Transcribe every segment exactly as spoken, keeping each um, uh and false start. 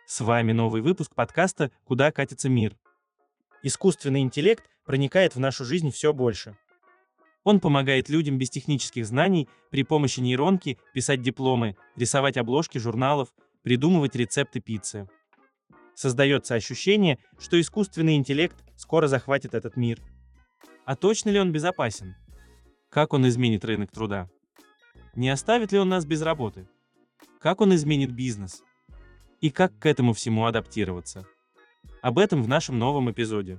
С вами новый выпуск подкаста «Куда катится мир?». Искусственный интеллект проникает в нашу жизнь все больше. Он помогает людям без технических знаний при помощи нейронки писать дипломы, рисовать обложки журналов, придумывать рецепты пиццы. Создается ощущение, что искусственный интеллект скоро захватит этот мир. А точно ли он безопасен? Как он изменит рынок труда? Не оставит ли он нас без работы? Как он изменит бизнес? И как к этому всему адаптироваться? Об этом в нашем новом эпизоде.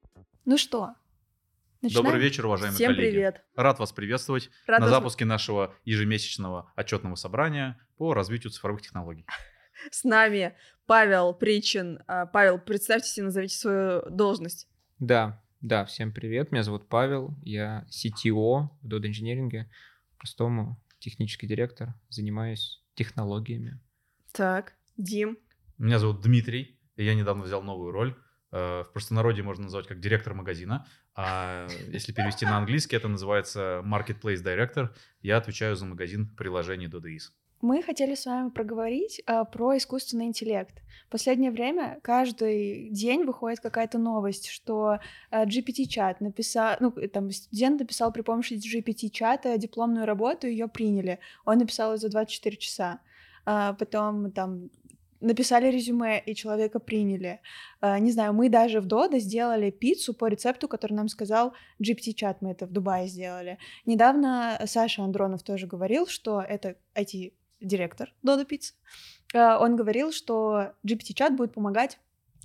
Ну что, начинаем? Добрый вечер, уважаемые Всем коллеги. привет. Рад вас приветствовать Рад на вас- запуске нашего ежемесячного отчетного собрания по развитию цифровых технологий. С нами Павел Причин. А, Павел, представьте себе, назовите свою должность. Да, да, всем привет. Меня зовут Павел, я си ти о в Dodo Engineering, простому технический директор, занимаюсь технологиями. Так, Дим. Меня зовут Дмитрий, и я недавно взял новую роль. Э, В простонародье можно назвать как директор магазина, а если перевести на английский, это называется Marketplace Director. Я отвечаю за магазин приложений DodoEase. Мы хотели с вами проговорить а, про искусственный интеллект. В последнее время каждый день выходит какая-то новость, что а, джи пи ти-чат написал, ну, там, студент написал при помощи джи пи ти-чата дипломную работу, ее приняли. Он написал ее за двадцать четыре часа. А, потом там написали резюме, и человека приняли. А, не знаю, мы даже в Dodo сделали пиццу по рецепту, который нам сказал джи пи ти-чат, мы это в Дубае сделали. Недавно Саша Андронов тоже говорил, что это ай ти-директор Dodo Pizza. А, он говорил, что джи пи ти-чат будет помогать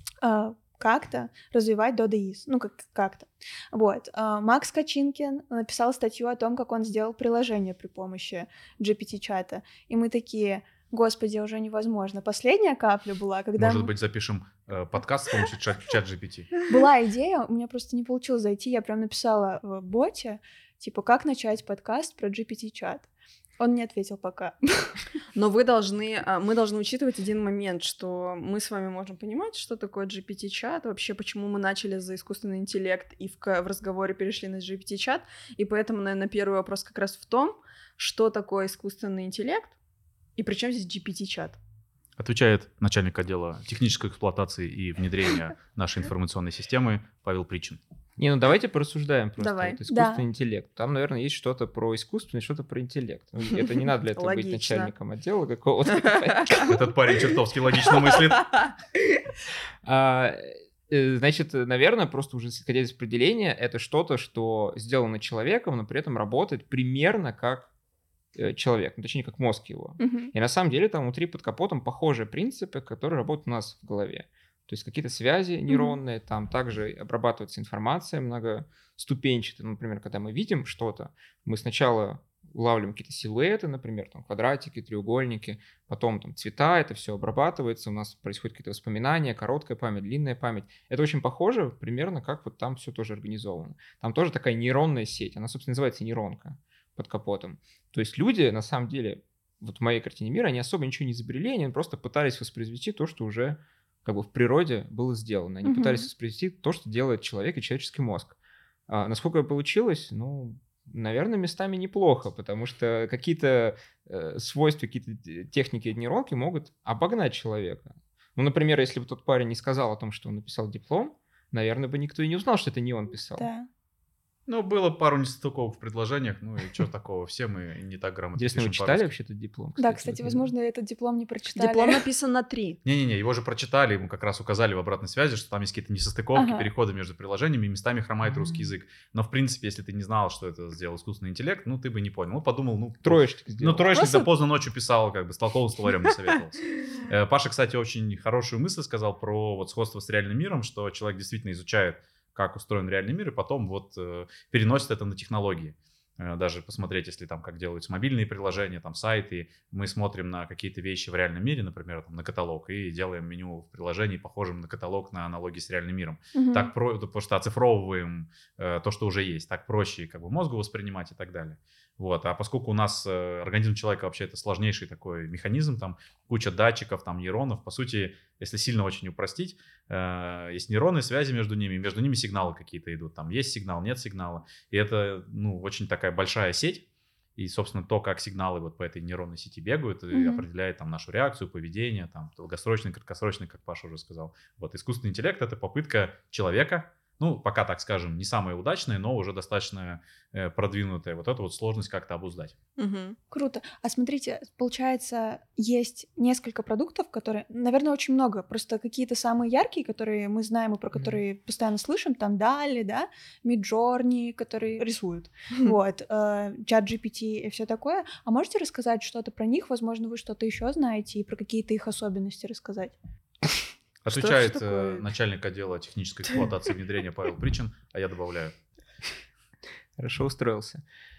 а, как-то развивать DodoEase. Ну, как- как-то. Вот. А, Макс Качинкин написал статью о том, как он сделал приложение при помощи джи пи ти-чата. И мы такие... Господи, уже невозможно. Последняя капля была, когда Может мы- быть, запишем э, подкаст с помощью чат, чат джи пи ти. была идея, у меня просто не получилось зайти, я прям написала в боте, типа, как начать подкаст про джи пи ти-чат. Он не ответил пока. Но вы должны, а, мы должны учитывать один момент, что мы с вами можем понимать, что такое джи пи ти-чат, вообще почему мы начали за искусственный интеллект и в, к- в разговоре перешли на джи пи ти-чат, и поэтому, наверное, первый вопрос как раз в том, что такое искусственный интеллект и при чем здесь джи пи ти-чат. Отвечает начальник отдела технической эксплуатации и внедрения нашей информационной системы Павел Причин. Не, ну давайте порассуждаем просто. Давай. Вот искусственный Да. интеллект. Там, наверное, есть что-то про искусственный, что-то про интеллект. Ну, это не надо для этого быть Логично. начальником отдела какого-то. Этот парень чертовски логично мыслит. А, э, Значит, наверное, просто уже исходя из определения, это что-то, что сделано человеком, но при этом работает примерно как э, человек, ну, точнее, как мозг его. Мгм. И на самом деле там внутри под капотом похожие принципы, которые работают у нас в голове. То есть какие-то связи нейронные, там также обрабатывается информация многоступенчатая. Ну, например, когда мы видим что-то, мы сначала улавливаем какие-то силуэты, например, там квадратики, треугольники, потом там цвета, это все обрабатывается, у нас происходят какие-то воспоминания, короткая память, длинная память. Это очень похоже примерно, как вот там все тоже организовано. Там тоже такая нейронная сеть, она, собственно, называется нейронка под капотом. То есть люди, на самом деле, вот в моей картине мира, они особо ничего не изобрели, они просто пытались воспроизвести то, что уже как бы в природе было сделано. Они Мгм. пытались воспроизвести то, что делает человек и человеческий мозг. А насколько получилось, ну, наверное, местами неплохо, потому что какие-то э, свойства, какие-то т- техники нейронки могут обогнать человека. Ну, например, если бы тот парень не сказал о том, что он написал диплом, наверное, бы никто и не узнал, что это не он писал. Да. Ну, было пару нестыковок в предложениях, ну и что такого, все мы не так грамотно Интересно, вы пишем читали по-русски. вообще этот диплом? Да, кстати, вот, возможно, этот диплом не прочитали. Диплом написан на три. Не-не-не, его же прочитали, ему как раз указали в обратной связи, что там есть какие-то несостыковки, Ага. переходы между приложениями, и местами хромает русский Мгм. язык. Но, в принципе, если ты не знал, что это сделал искусственный интеллект, ну, ты бы не понял. Ну, подумал, ну... Троечник Ну, сделал. троечник Просто- да поздно ночью писал, как бы, с толковым словарем не советовался. Э, Паша, кстати, очень хорошую мысль сказал про вот сходство с реальным миром, что человек действительно изучает, как устроен реальный мир, и потом вот э, переносит это на технологии. Э, Даже посмотреть, если там как делаются мобильные приложения, там сайты, мы смотрим на какие-то вещи в реальном мире, например, там, на каталог, и делаем меню в приложении похожим на каталог, на аналогии с реальным миром. Мгм. Так про, потому что оцифровываем э, то, что уже есть, так проще как бы мозгу воспринимать и так далее. Вот. А поскольку у нас э, организм человека вообще это сложнейший такой механизм, там куча датчиков, там нейронов, по сути, если сильно очень упростить, э, есть нейроны, связи между ними, между ними сигналы какие-то идут, там есть сигнал, нет сигнала, и это, ну, очень такая большая сеть. И, собственно, то, как сигналы вот по этой нейронной сети бегают, Мгм. определяет там нашу реакцию, поведение, там, долгосрочный, краткосрочный, как Паша уже сказал. Вот искусственный интеллект — это попытка человека, ну, пока, так скажем, не самая удачная, но уже достаточно э, продвинутая, вот эту вот сложность как-то обуздать. Мгм. Круто. А смотрите, получается, есть несколько продуктов, которые, наверное, очень много. Просто какие-то самые яркие, которые мы знаем и про которые постоянно слышим, там Дали, да, Midjourney, которые рисуют, вот, э, чат джи пи ти и все такое. А можете рассказать что-то про них? Возможно, вы что-то еще знаете и про какие-то их особенности рассказать? Что Отвечает ж такое? э, начальник отдела технической эксплуатации и внедрения Павел Причин, а я добавляю. Хорошо устроился.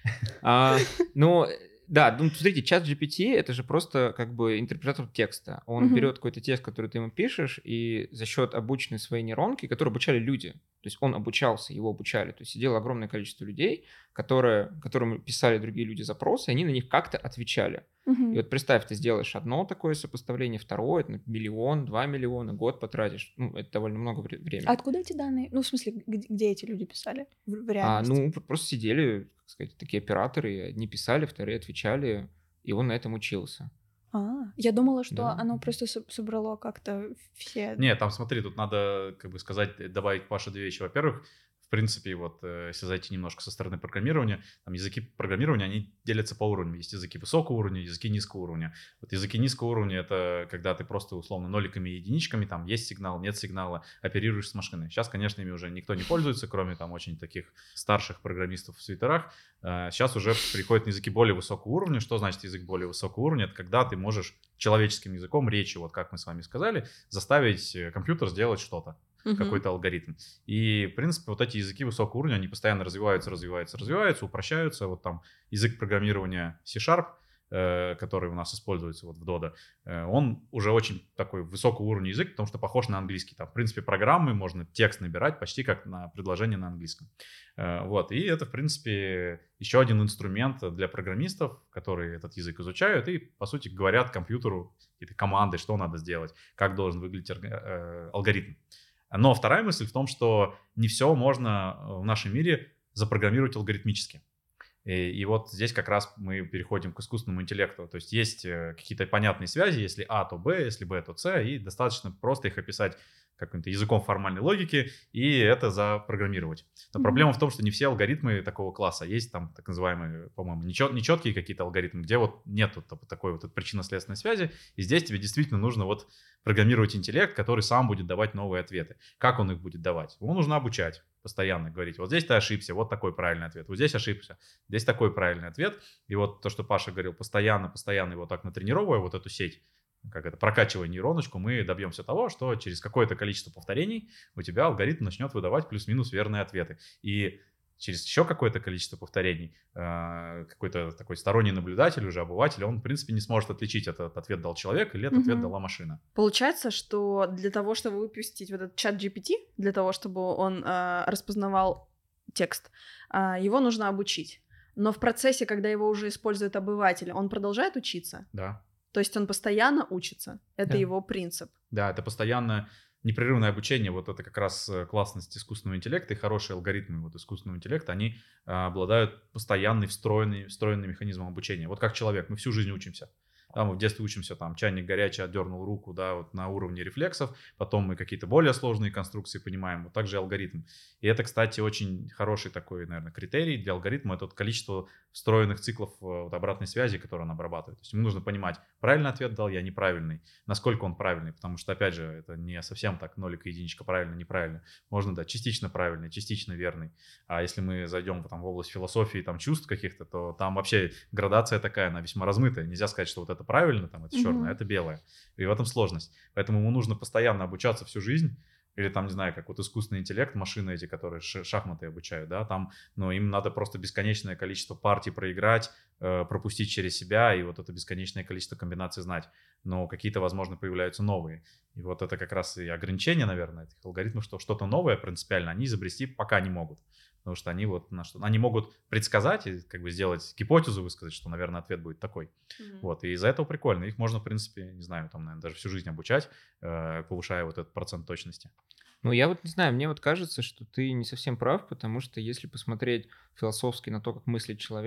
А, ну, да, ну, смотрите, чат джи пи ти — это же просто как бы интерпретатор текста. Он Мгм. берет какой-то текст, который ты ему пишешь, и за счет обученной своей нейронки, которую обучали люди, то есть он обучался, его обучали, то есть сидело огромное количество людей, которые, которым писали другие люди запросы, и они на них как-то отвечали. Мгм. И вот представь, ты сделаешь одно такое сопоставление, второе, это миллион, два миллиона, год потратишь. Ну, это довольно много вре- времени. А откуда эти данные? Ну, в смысле, где, где эти люди писали в, в А, реальности? ну, п- просто сидели, как сказать, такие операторы, и одни писали, вторые отвечали, и он на этом учился. А, я думала, что Да. оно просто со- собрало как-то все... Нет, там смотри, тут надо, как бы сказать, э, добавить, Паше, две вещи. Во-первых, в принципе, вот э, если зайти немножко со стороны программирования, там языки программирования, они делятся по уровню. Есть языки высокого уровня, языки низкого уровня. Вот языки низкого уровня — это когда ты просто условно ноликами и единичками, там есть сигнал, нет сигнала, оперируешь с машиной. Сейчас, конечно, ими уже никто не пользуется, кроме там очень таких старших программистов в свитерах. Э, Сейчас уже приходят на языки более высокого уровня. Что значит язык более высокого уровня? Это когда ты можешь человеческим языком, речью, вот как мы с вами сказали, заставить э, компьютер сделать что-то, Мгм. какой-то алгоритм. И, в принципе, вот эти языки высокого уровня, они постоянно развиваются, развиваются, развиваются, упрощаются. Вот там язык программирования C-Sharp, э, который у нас используется вот в Dodo, э, он уже очень такой высокого уровня язык, потому что похож на английский. Там, в принципе, программы, можно текст набирать почти как на предложение на английском. Э, вот. И это, в принципе, еще один инструмент для программистов, которые этот язык изучают и, по сути, говорят компьютеру какие-то команды, что надо сделать, как должен выглядеть орга- э, алгоритм. Но вторая мысль в том, что не все можно в нашем мире запрограммировать алгоритмически. И, и вот здесь как раз мы переходим к искусственному интеллекту. То есть есть э, какие-то понятные связи, если А, то Б, если Б, то С, и достаточно просто их описать каким-то языком формальной логики и это запрограммировать. Но Мгм. проблема в том, что не все алгоритмы такого класса. Есть там так называемые, по-моему, нечет, нечеткие какие-то алгоритмы, где вот нет вот такой вот причинно-следственной связи, и здесь тебе действительно нужно вот программировать интеллект, который сам будет давать новые ответы. Как он их будет давать? Его нужно обучать, постоянно говорить, вот здесь ты ошибся, вот такой правильный ответ, вот здесь ошибся, здесь такой правильный ответ. И вот то, что Паша говорил, постоянно, постоянно его так натренировывая, вот эту сеть, как это, прокачивая нейроночку, мы добьемся того, что через какое-то количество повторений у тебя алгоритм начнет выдавать плюс-минус верные ответы. И через еще какое-то количество повторений э, какой-то такой сторонний наблюдатель, уже обыватель, он, в принципе, не сможет отличить, этот ответ дал человек или этот ответ Мгм. дала машина. Получается, что для того, чтобы выпустить вот этот чат джи пи ти, для того, чтобы он а, распознавал текст, а, его нужно обучить. Но в процессе, когда его уже использует обыватель, он продолжает учиться. Да. То есть он постоянно учится. Это Да. его принцип. Да, это постоянно непрерывное обучение, вот это как раз э, классность искусственного интеллекта и хорошие алгоритмы вот искусственного интеллекта, они э, обладают постоянной встроенной, встроенным механизмом обучения. Вот как человек, мы всю жизнь учимся. Да, мы в детстве учимся, там, чайник горячий, отдернул руку, да, вот на уровне рефлексов, потом мы какие-то более сложные конструкции понимаем, вот также алгоритм. И это, кстати, очень хороший такой, наверное, критерий для алгоритма, это вот количество встроенных циклов вот, обратной связи, которые он обрабатывает. То есть ему нужно понимать, правильный ответ дал я, неправильный, насколько он правильный, потому что, опять же, это не совсем так нолик и единичка, правильно, неправильно. Можно, да, частично правильный, частично верный. А если мы зайдем там, в область философии, там, чувств каких-то, то там вообще градация такая, она весьма размытая. Нельзя сказать, что вот это правильно, там, это черное, Мгм. а это белое. И в этом сложность. Поэтому ему нужно постоянно обучаться всю жизнь. Или там, не знаю, как вот искусственный интеллект, машины эти, которые ш- шахматы обучают, да, там, ну, им надо просто бесконечное количество партий проиграть, э, пропустить через себя и вот это бесконечное количество комбинаций знать. Но какие-то, возможно, появляются новые. И вот это как раз и ограничение, наверное, этих алгоритмов, что что-то новое принципиально они изобрести пока не могут. Потому что они вот на что они могут предсказать и как бы сделать гипотезу, высказать, что, наверное, ответ будет такой. Вот, и из-за этого прикольно. Их можно, в принципе, не знаю, там, наверное, даже всю жизнь обучать, э, повышая вот этот процент точности. Ну, я вот не знаю, мне вот кажется, что ты не совсем прав, потому что если посмотреть философски на то, как мыслит человек,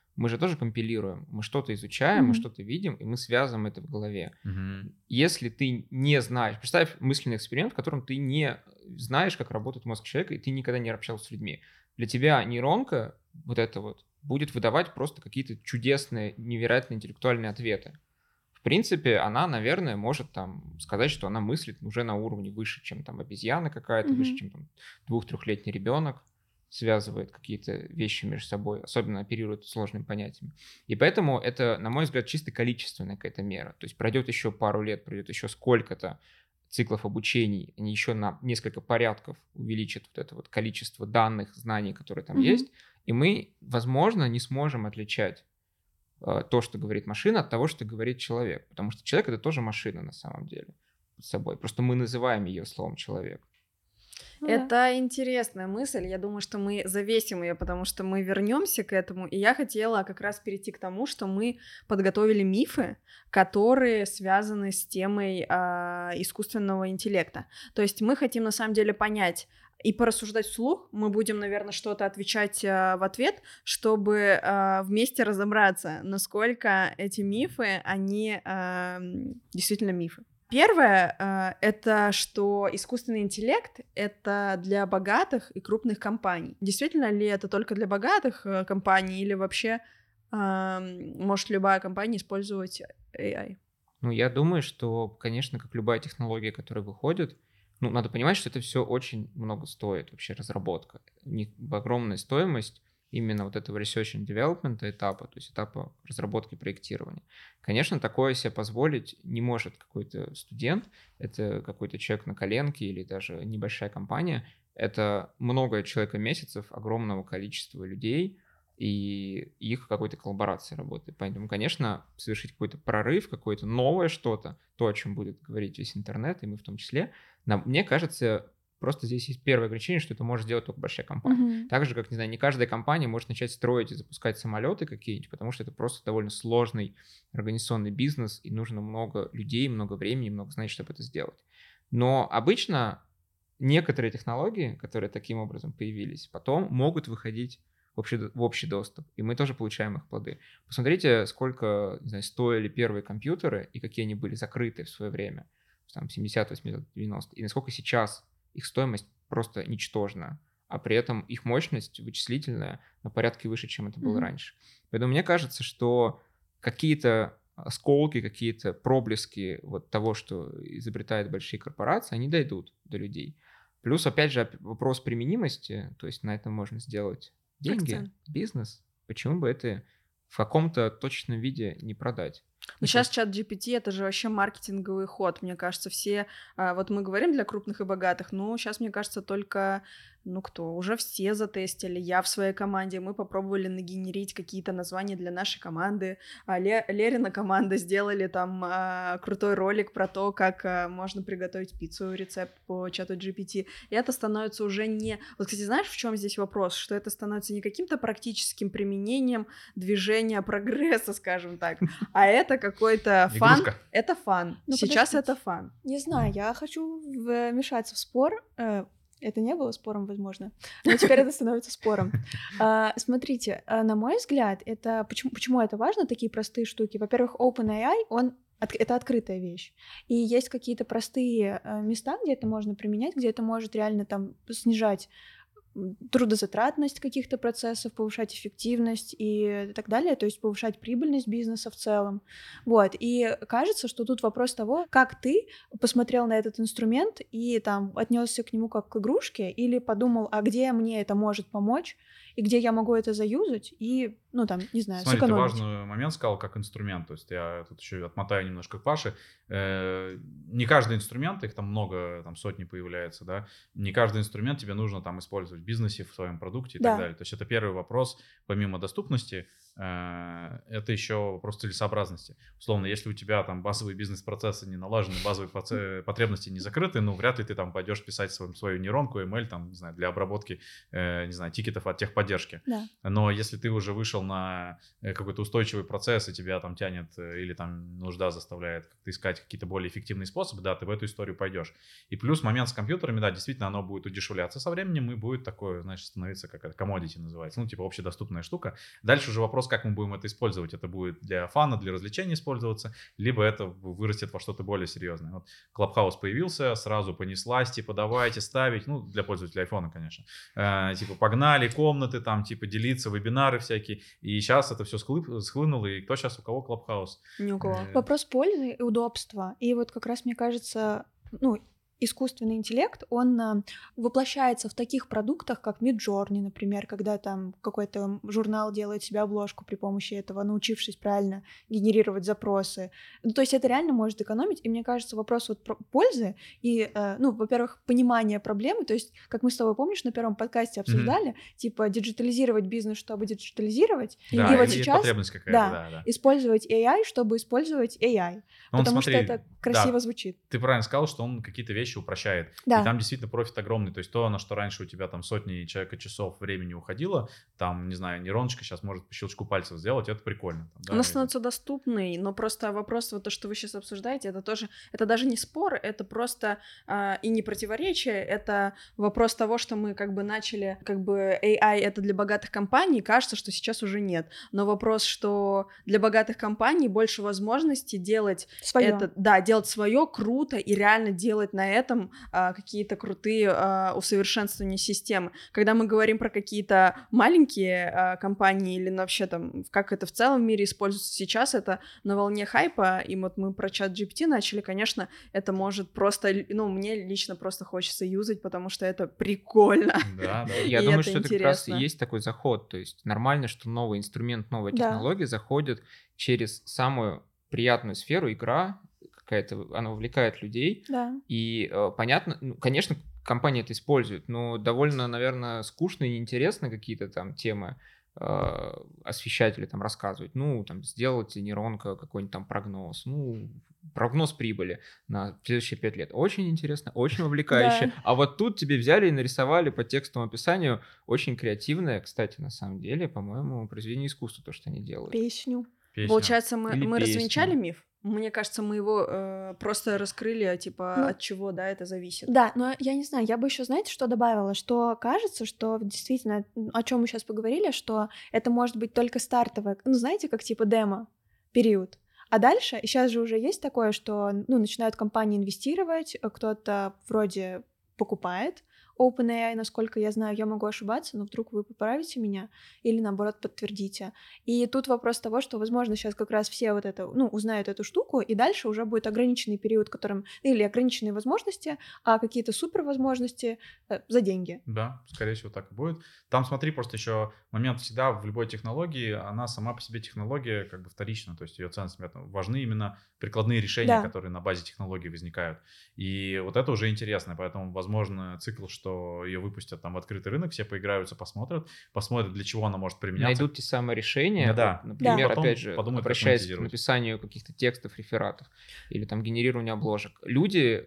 мы же тоже компилируем, мы что-то изучаем, мы Мгм. что-то видим, и мы связываем это в голове. Мгм. Если ты не знаешь, представь мысленный эксперимент, в котором ты не знаешь, как работает мозг человека, и ты никогда не общался с людьми. Для тебя нейронка, вот это вот, будет выдавать просто какие-то чудесные, невероятно интеллектуальные ответы. В принципе, она, наверное, может там сказать, что она мыслит уже на уровне выше, чем там обезьяна какая-то, выше, Мгм. чем там двух-трехлетний ребенок, связывает какие-то вещи между собой, особенно оперирует сложными понятиями. И поэтому это, на мой взгляд, чисто количественная какая-то мера. То есть пройдет еще пару лет, пройдет еще сколько-то циклов обучений, они еще на несколько порядков увеличат вот это вот количество данных, знаний, которые там Мгм. есть, и мы, возможно, не сможем отличать э, то, что говорит машина, от того, что говорит человек. Потому что человек — это тоже машина на самом деле под собой. Просто мы называем ее словом человек. Ну да. Это интересная мысль. Я думаю, что мы завесим ее, потому что мы вернемся к этому. И я хотела как раз перейти к тому, что мы подготовили мифы, которые связаны с темой а, искусственного интеллекта. То есть мы хотим на самом деле понять и порассуждать вслух. Мы будем, наверное, что-то отвечать а, в ответ, чтобы а, вместе разобраться, насколько эти мифы, они а, действительно мифы. Первое, э, это что искусственный интеллект — это для богатых и крупных компаний. Действительно ли это только для богатых э, компаний или вообще э, может любая компания использовать эй ай? Ну, я думаю, что, конечно, как любая технология, которая выходит, ну, надо понимать, что это все очень много стоит, вообще разработка. У них огромная стоимость именно вот этого research and development этапа, то есть этапа разработки и проектирования. Конечно, такое себе позволить не может какой-то студент, это какой-то человек на коленке или даже небольшая компания, это много человека-месяцев, огромного количества людей и их какой-то коллаборации работы. Поэтому, конечно, совершить какой-то прорыв, какое-то новое что-то, то, о чем будет говорить весь интернет, и мы в том числе, нам, мне кажется, просто здесь есть первое ограничение, что это может сделать только большая компания. Мгм. Так же, как, не знаю, не каждая компания может начать строить и запускать самолеты какие-нибудь, потому что это просто довольно сложный организационный бизнес, и нужно много людей, много времени, много знаний, чтобы это сделать. Но обычно некоторые технологии, которые таким образом появились, потом могут выходить в общий, в общий доступ, и мы тоже получаем их плоды. Посмотрите, сколько, не знаю, стоили первые компьютеры, и какие они были закрыты в свое время, там, семидесятые, восьмидесятые, девяностые, и насколько сейчас их стоимость просто ничтожна, а при этом их мощность вычислительная на порядке выше, чем это было Мгм. раньше. Поэтому мне кажется, что какие-то осколки, какие-то проблески вот того, что изобретают большие корпорации, они дойдут до людей. Плюс, опять же, вопрос применимости, то есть на этом можно сделать деньги, Акцент. бизнес. Почему бы это в каком-то точном виде не продать? Но Ну, сейчас просто- чат джи пи ти — это же вообще маркетинговый ход. Мне кажется, все... а, вот мы говорим для крупных и богатых, но сейчас, мне кажется, только... Ну кто? Уже все затестили. Я в своей команде. Мы попробовали нагенерить какие-то названия для нашей команды. А Ле- Лерина команда сделали там а, крутой ролик про то, как а, можно приготовить пиццу, рецепт по чату джи пи ти. И это становится уже не... Вот, кстати, знаешь, в чем здесь вопрос? Что это становится не каким-то практическим применением движения прогресса, скажем так, а это какой-то фан. Игрушка. Это фан. Ну, Сейчас подождите. это фан. Не знаю, я хочу вмешаться в спор. Э, Это не было спором, возможно, но теперь это становится спором. А, Смотрите, а, на мой взгляд, это почему, почему это важно, такие простые штуки? Во-первых, OpenAI, он от- это открытая вещь. И есть какие-то простые э, места, где это можно применять, где это может реально там снижать м, трудозатратность каких-то процессов, повышать эффективность и так далее, то есть повышать прибыльность бизнеса в целом. Вот, и кажется, что тут вопрос того, как ты посмотрел на этот инструмент и там отнесся к нему как к игрушке или подумал, а где мне это может помочь и где я могу это заюзать и, ну там, не знаю, Смотри, ты сэкономить. важный момент сказал, как инструмент. То есть я тут еще отмотаю немножко к Паше. Э, Не каждый инструмент, их там много, там сотни появляется, да, не каждый инструмент тебе нужно там использовать в бизнесе, в своем продукте и Да. так далее. То есть это первый вопрос, помимо доступности, э, это еще вопрос целесообразности. Условно, если у тебя там базовые бизнес-процессы не налажены, базовые поце- потребности не закрыты, ну, вряд ли ты там пойдешь писать свою, свою нейронку, эм эль, там, не знаю, для обработки, э, не знаю, тикетов от техподдержки. Да. Но если ты уже вышел на э, какой-то устойчивый процесс, и тебя там тянет э, или там нужда заставляет как-то искать какие-то более эффективные способы, да, ты в эту историю пойдешь. И плюс момент с компьютерами, да, действительно, оно будет удешевляться со временем и будет такое, знаешь, становиться как это, commodity называется, ну, типа общедоступная штука. Дальше уже вопрос вопрос, как мы будем это использовать. Это будет для фана, для развлечения использоваться, либо это вырастет во что-то более серьезное. Вот Clubhouse появился, сразу понеслась, типа, давайте ставить, ну, для пользователей айфона, конечно, э, типа, погнали комнаты, там, типа, делиться, вебинары всякие, и сейчас это все схлы- схлынуло, и кто сейчас у кого Clubhouse? Ни у кого. Э, Вопрос пользы и удобства. И вот как раз, мне кажется, ну, искусственный интеллект, он а, воплощается в таких продуктах, как Midjourney, например, когда там какой-то журнал делает себе обложку при помощи этого, научившись правильно генерировать запросы. Ну, то есть это реально может экономить, и мне кажется, вопрос вот про пользы и, э, ну, во-первых, понимание проблемы, то есть, как мы с тобой, помнишь, на первом подкасте обсуждали, mm-hmm. типа, диджитализировать бизнес, чтобы диджитализировать, да, и вот и сейчас потребность какая-то, да, да, да. использовать эй ай, чтобы использовать эй ай, Ну, потому смотри, что это красиво да, звучит. Ты правильно сказал, что он какие-то вещи упрощает. Да. И там действительно профит огромный. То есть то, на что раньше у тебя там сотни человека часов времени уходило, там, не знаю, нейроночка сейчас может по щелчку пальцев сделать, это прикольно. Там, да, Она и... становится доступной, но просто вопрос, вот то, что вы сейчас обсуждаете, это тоже, это даже не спор, это просто э, и не противоречие, это вопрос того, что мы как бы начали, как бы эй ай это для богатых компаний, кажется, что сейчас уже нет. Но вопрос, что для богатых компаний больше возможностей делать своё. это, да, делать свое круто и реально делать на этом э, какие-то крутые э, усовершенствования системы. Когда мы говорим про какие-то маленькие э, компании или вообще там, как это в целом мире используется сейчас, это на волне хайпа, и вот мы про чат джи пи ти начали, конечно, это может просто, ну, мне лично просто хочется юзать, потому что это прикольно. Да, да. Я И думаю, это что это как раз и интересно. есть такой заход, то есть нормально, что новый инструмент, новая Да. технология заходит через самую приятную сферу, игра какая-то, она увлекает людей, Да. и э, понятно, ну, конечно, компания это использует, но довольно, наверное, скучно и неинтересно какие-то там темы э, освещать или там рассказывать. Ну, там, сделать нейронка какой-нибудь там прогноз, ну, прогноз прибыли на следующие пять лет. Очень интересно, очень вовлекающе. Да. А вот тут тебе взяли и нарисовали по текстовому описанию очень креативное, кстати, на самом деле, по-моему, произведение искусства, то, что они делают. Песню. Песня. Получается, мы, Или мы песню. развенчали миф? Мне кажется, мы его э, просто раскрыли, типа, Ну, от чего, да, это зависит. Да, но я не знаю, я бы еще, знаете, что добавила, что кажется, что действительно, о чем мы сейчас поговорили, что это может быть только стартовое, ну, знаете, как типа демо период. А дальше, и сейчас же уже есть такое, что, ну, начинают компании инвестировать, кто-то вроде покупает OpenAI, насколько я знаю, я могу ошибаться, но вдруг вы поправите меня или, наоборот, подтвердите. И тут вопрос того, что, возможно, сейчас как раз все вот это, ну, узнают эту штуку, и дальше уже будет ограниченный период, которым, или ограниченные возможности, а какие-то супервозможности э, за деньги. Да, скорее всего, так и будет. Там, смотри, просто еще момент всегда в любой технологии, она сама по себе технология как бы вторична, то есть ее ценность важны именно прикладные решения, Да. которые на базе технологий возникают. И вот это уже интересно, поэтому, возможно, цикл, что ее выпустят там в открытый рынок, все поиграются, посмотрят, посмотрят, для чего она может применяться. Найдут те самые решения. Да. Вот, например, Потом опять же, подумают, как обращаясь к монетизировать. написанию каких-то текстов, рефератов или там генерированию обложек. Люди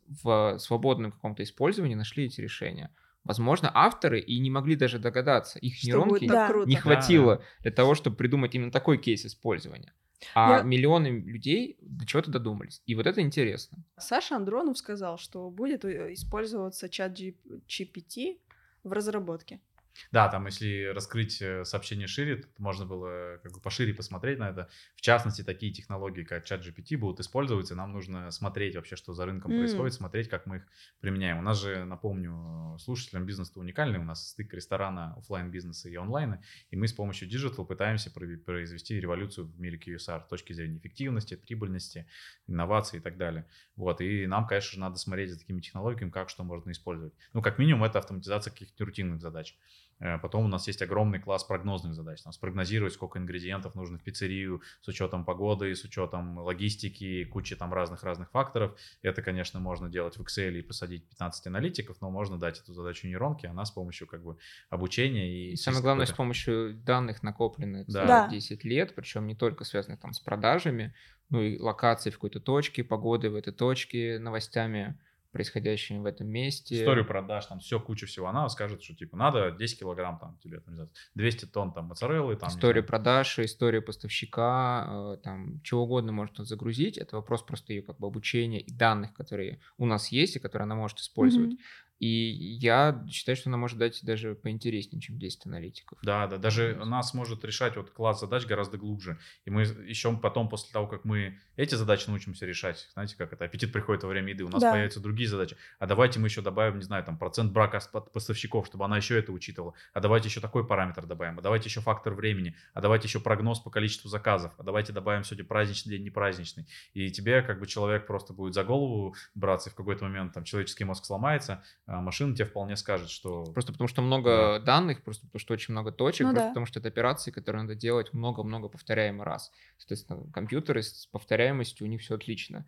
в свободном каком-то использовании нашли эти решения. Возможно, авторы и не могли даже догадаться. Их Что нейронки будет так Да. круто. не Да, хватило да. для того, чтобы придумать именно такой кейс использования. А Я- миллионы людей до чего-то додумались. И вот это интересно. Саша Андронов сказал, что будет э, использоваться чат джи пи ти в разработке. Да, там, если раскрыть э, сообщение шире, то можно было как бы пошире посмотреть на это. В частности, такие технологии, как чат джи пи ти, будут использоваться, и нам нужно смотреть вообще, что за рынком М. происходит, смотреть, как мы их применяем. У нас же, напомню, слушателям бизнес-то уникальный, у нас стык ресторана, офлайн бизнеса и онлайна, и мы с помощью диджитал пытаемся прови- произвести революцию в мире кью эс ар с точки зрения эффективности, прибыльности, инноваций и так далее. Вот, и нам, конечно же, надо смотреть за такими технологиями, как что можно использовать. Ну, как минимум, это автоматизация каких-то рутинных задач. Э, Потом у нас есть огромный класс прогнозных задач. Там спрогнозировать, сколько ингредиентов нужно в пиццерию с учетом погоды, с учетом логистики, кучи там разных-разных факторов. Это, конечно, можно делать в Excel и посадить пятнадцать аналитиков, но можно дать эту задачу нейронке, она с помощью как бы обучения и... И самое главное, с помощью данных, накопленных Да. за Да. десять лет, причем не только связанных там с продажами, ну и локацией в какой-то точке, погодой в этой точке, новостями, происходящими в этом месте. Историю продаж, там все, куча всего. Она скажет, что типа надо десять килограмм, там тебе там, не знаю, двести тонн там моцареллы. Там, не История знаю. продаж, история поставщика, э, там чего угодно может он загрузить. Это вопрос просто ее как бы обучения и данных, которые у нас есть и которые она может использовать. Мгм. И я считаю, что она может дать даже поинтереснее, чем десять аналитиков. Да, да, даже нас может решать вот класс задач гораздо глубже. И мы еще потом, после того, как мы эти задачи научимся решать, знаете, как это, аппетит приходит во время еды, у нас Да. появятся другие задачи. А давайте мы еще добавим, не знаю, там, процент брака с под- поставщиков, чтобы она еще это учитывала. А давайте еще такой параметр добавим. А давайте еще фактор времени. А давайте еще прогноз по количеству заказов. А давайте добавим сегодня праздничный день, не праздничный. И тебе, как бы, человек просто будет за голову браться, и в какой-то момент там человеческий мозг сломается, а машина тебе вполне скажет, что... Просто потому что много данных, просто потому что очень много точек, Ну просто да. потому что это операции, которые надо делать много-много повторяемый раз. Соответственно, компьютеры с повторяемостью, у них все отлично.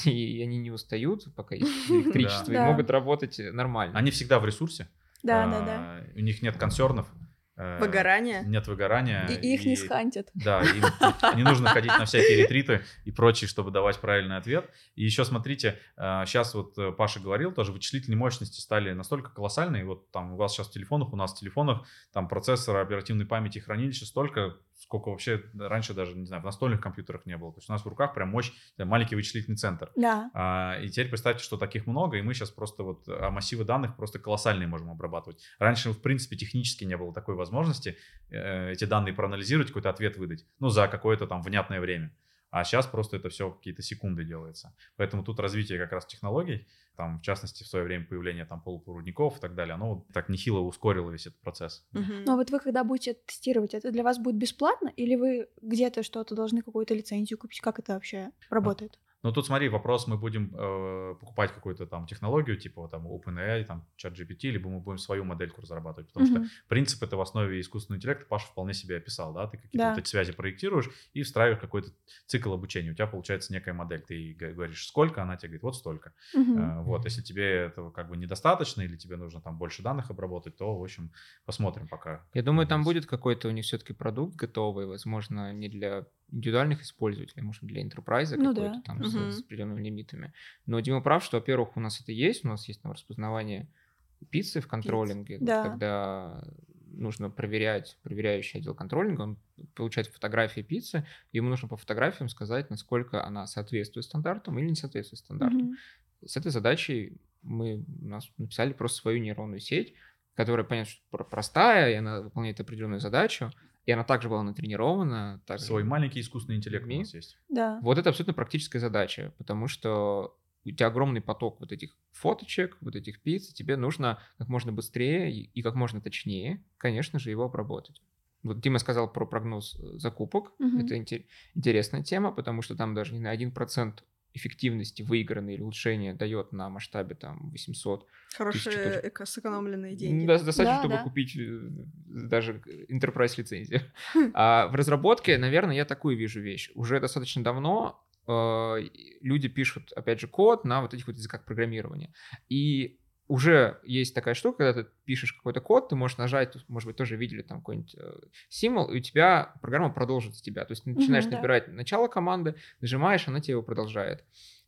И они не устают, пока есть электричество, и Да. могут работать нормально. Они всегда в ресурсе. Да, а, да, да. У них нет консернов. э, Выгорание. Нет выгорания. И их не схантят. Да, им не нужно ходить на всякие ретриты и прочие, чтобы давать правильный ответ. И еще смотрите, сейчас вот Паша говорил, тоже вычислительные мощности стали настолько колоссальные. Вот там у вас сейчас в телефонах, у нас в телефонах, там процессора, оперативной памяти и хранилища столько, сколько вообще раньше даже, не знаю, в настольных компьютерах не было. То есть у нас в руках прям мощь, маленький вычислительный центр. Да. А, и теперь представьте, что таких много, и мы сейчас просто вот а массивы данных просто колоссальные можем обрабатывать. Раньше, в принципе, технически не было такой возможности э, эти данные проанализировать, какой-то ответ выдать, ну, за какое-то там внятное время. А сейчас просто это все какие-то секунды делается. Поэтому тут развитие как раз технологий, там, в частности, в свое время появление там полупроводников и так далее, оно вот так нехило ускорило весь этот процесс. Мгм. Но вот вы когда будете тестировать, это для вас будет бесплатно или вы где-то что-то должны, какую-то лицензию купить? Как это вообще работает? Ну, тут смотри, вопрос, мы будем э, покупать какую-то там технологию, типа там OpenAI, там ChatGPT, либо мы будем свою модельку разрабатывать, потому Мгм. что принцип это в основе искусственного интеллекта Паша вполне себе описал, да, ты какие-то Да. вот эти связи проектируешь и встраиваешь какой-то цикл обучения, у тебя получается некая модель, ты г- говоришь, сколько, она тебе говорит, вот столько. Мгм. Э, вот, если тебе этого как бы недостаточно или тебе нужно там больше данных обработать, то, в общем, посмотрим пока. Я думаю, там будет какой-то у них все-таки продукт готовый, возможно, не для индивидуальных использователей, может, для enterprise Ну какой-то да. там с, Мгм. с определенными лимитами. Но Дима прав, что, во-первых, у нас это есть, у нас есть там распознавание пиццы в контролинге, вот Да. когда нужно проверять, проверяющий отдел контролинга, он получает фотографии пиццы, и ему нужно по фотографиям сказать, насколько она соответствует стандартам или не соответствует стандартам. Мгм. С этой задачей мы у нас написали просто свою нейронную сеть, которая, понятно, что про- простая, и она выполняет определенную задачу, и она также была натренирована. Также Свой маленький искусственный интеллект у людьми. нас есть. Да. Вот это абсолютно практическая задача, потому что у тебя огромный поток вот этих фоточек, вот этих пиц, и тебе нужно как можно быстрее и и как можно точнее, конечно же, его обработать. Вот Дима сказал про прогноз э, закупок. Мгм. Это инте- интересная тема, потому что там даже не на один процент эффективности выигранной или улучшения дает на масштабе там восемьсот. Хорошие Тысячи эко- сэкономленные деньги. Да, достаточно, Да, чтобы да. купить э, даже enterprise лицензию. А в разработке, наверное, я такую вижу вещь. Уже достаточно давно э, люди пишут, опять же, код на вот этих вот языках программирования. И уже есть такая штука, когда ты пишешь какой-то код, ты можешь нажать, может быть, тоже видели там какой-нибудь э, символ, и у тебя программа продолжит за тебя. То есть ты начинаешь Мгм, да. набирать начало команды, нажимаешь, она тебе его продолжает.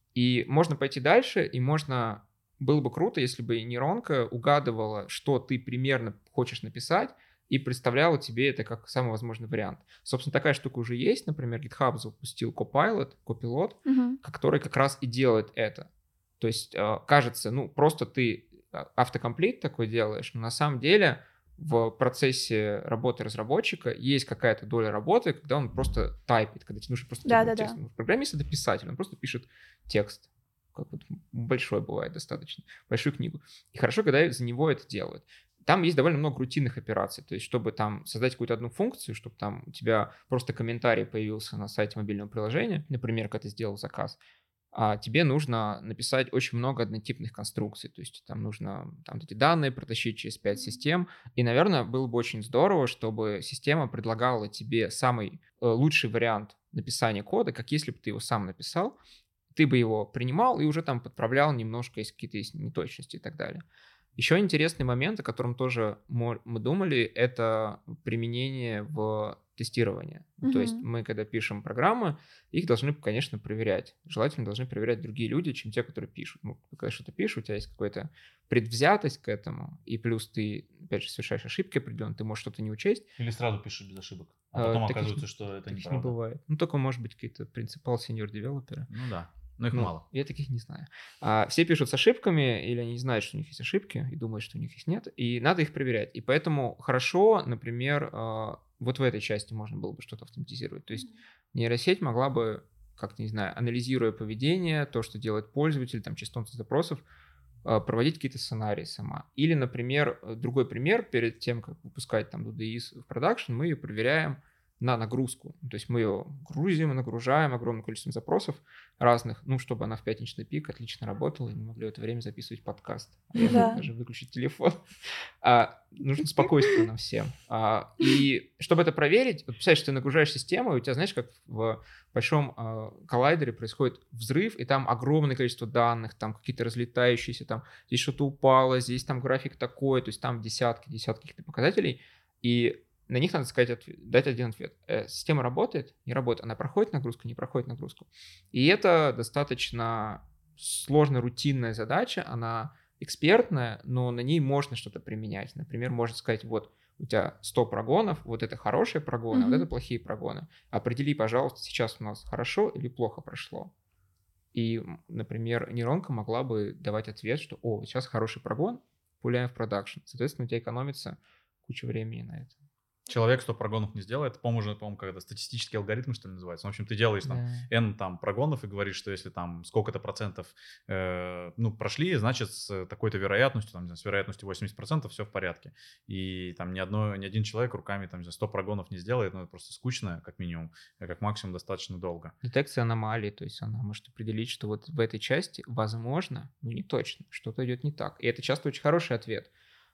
И можно пойти дальше, и можно... Было бы круто, если бы нейронка угадывала, что ты примерно хочешь написать, и представляла тебе это как самый возможный вариант. Собственно, такая штука уже есть. Например, GitHub запустил Copilot, Copilot, Мгм. который как раз и делает это. То есть, э, кажется, ну, просто ты а, автокомплит такой делаешь, но на самом деле в процессе работы разработчика есть какая-то доля работы, когда он просто тайпит, когда тебе нужно просто Да, типа, да, текст. да. Ну, программист — это писатель, он просто пишет текст. Как вот большой бывает достаточно, большую книгу. И хорошо, когда за него это делают. Там есть довольно много рутинных операций. То есть, чтобы там создать какую-то одну функцию, чтобы там у тебя просто комментарий появился на сайте мобильного приложения, например, когда ты сделал заказ, а тебе нужно написать очень много однотипных конструкций. То есть там нужно там, эти данные протащить через пять систем. И, наверное, было бы очень здорово, чтобы система предлагала тебе самый э, лучший вариант написания кода, как если бы ты его сам написал, ты бы его принимал и уже там подправлял немножко, если какие-то есть неточности и так далее. Еще интересный момент, о котором тоже мо- мы думали, это применение в тестировании. Ну, То есть Мгм. мы, когда пишем программы, их должны, конечно, проверять. Желательно должны проверять другие люди, чем те, которые пишут. Ну, ты когда что-то пишешь, у тебя есть какая-то предвзятость к этому, и плюс ты, опять же, совершаешь ошибки определенные, ты можешь что-то не учесть. Или сразу пишешь без ошибок, а А, потом таких оказывается, не- что это Таких не неправда. бывает. Ну, только, может быть, какие-то принципал сеньор девелоперы. Ну да. Но их Ну, мало. Я таких не знаю. А, все пишут с ошибками, или они не знают, что у них есть ошибки, и думают, что у них их нет, и надо их проверять. И поэтому хорошо, например, а, вот в этой части можно было бы что-то автоматизировать. То есть нейросеть могла бы, как-то, не знаю, анализируя поведение, то, что делает пользователь, там, частотность запросов, а, проводить какие-то сценарии сама. Или, например, другой пример, перед тем, как выпускать там ду ди ис в продакшн, мы ее проверяем на нагрузку. То есть мы ее грузим, нагружаем огромным количеством запросов разных, ну, чтобы она в пятничный пик отлично работала, и мы могли в это время записывать подкаст. А я Да. мог даже выключить телефон. А, нужно спокойствие нам всем. А, и чтобы это проверить, вот представляешь, ты нагружаешь систему, и у тебя, знаешь, как в большом а, коллайдере происходит взрыв, и там огромное количество данных, там какие-то разлетающиеся, там здесь что-то упало, здесь там график такой, то есть там десятки, десятки каких-то показателей, и на них надо сказать ответ, дать один ответ. Э, система работает, не работает. Она проходит нагрузку, не проходит нагрузку. И это достаточно сложная, рутинная задача. Она экспертная, но на ней можно что-то применять. Например, можно сказать, вот у тебя сто прогонов, вот это хорошие прогоны, а вот Мгм. это плохие прогоны. Определи, пожалуйста, сейчас у нас хорошо или плохо прошло. И, м, например, нейронка могла бы давать ответ, что, о, вот сейчас хороший прогон, пуляем в продакшн. Соответственно, у тебя экономится куча времени на это. Человек сто прогонов не сделает. По-моему, уже, по-моему, как это статистический алгоритм, что ли, называется. Ну, в общем, ты делаешь там Да. N там прогонов и говоришь, что если там сколько-то процентов э, ну, прошли, значит, с такой-то вероятностью, там, не знаю, с вероятностью восемьдесят процентов все в порядке. И там ни, одно, ни один человек руками там, не знаю, сто прогонов не сделает, ну, это просто скучно, как минимум, а как максимум достаточно долго. Детекция аномалий, то есть она может определить, что вот в этой части, возможно, но не точно, что-то идет не так. И это часто очень хороший ответ,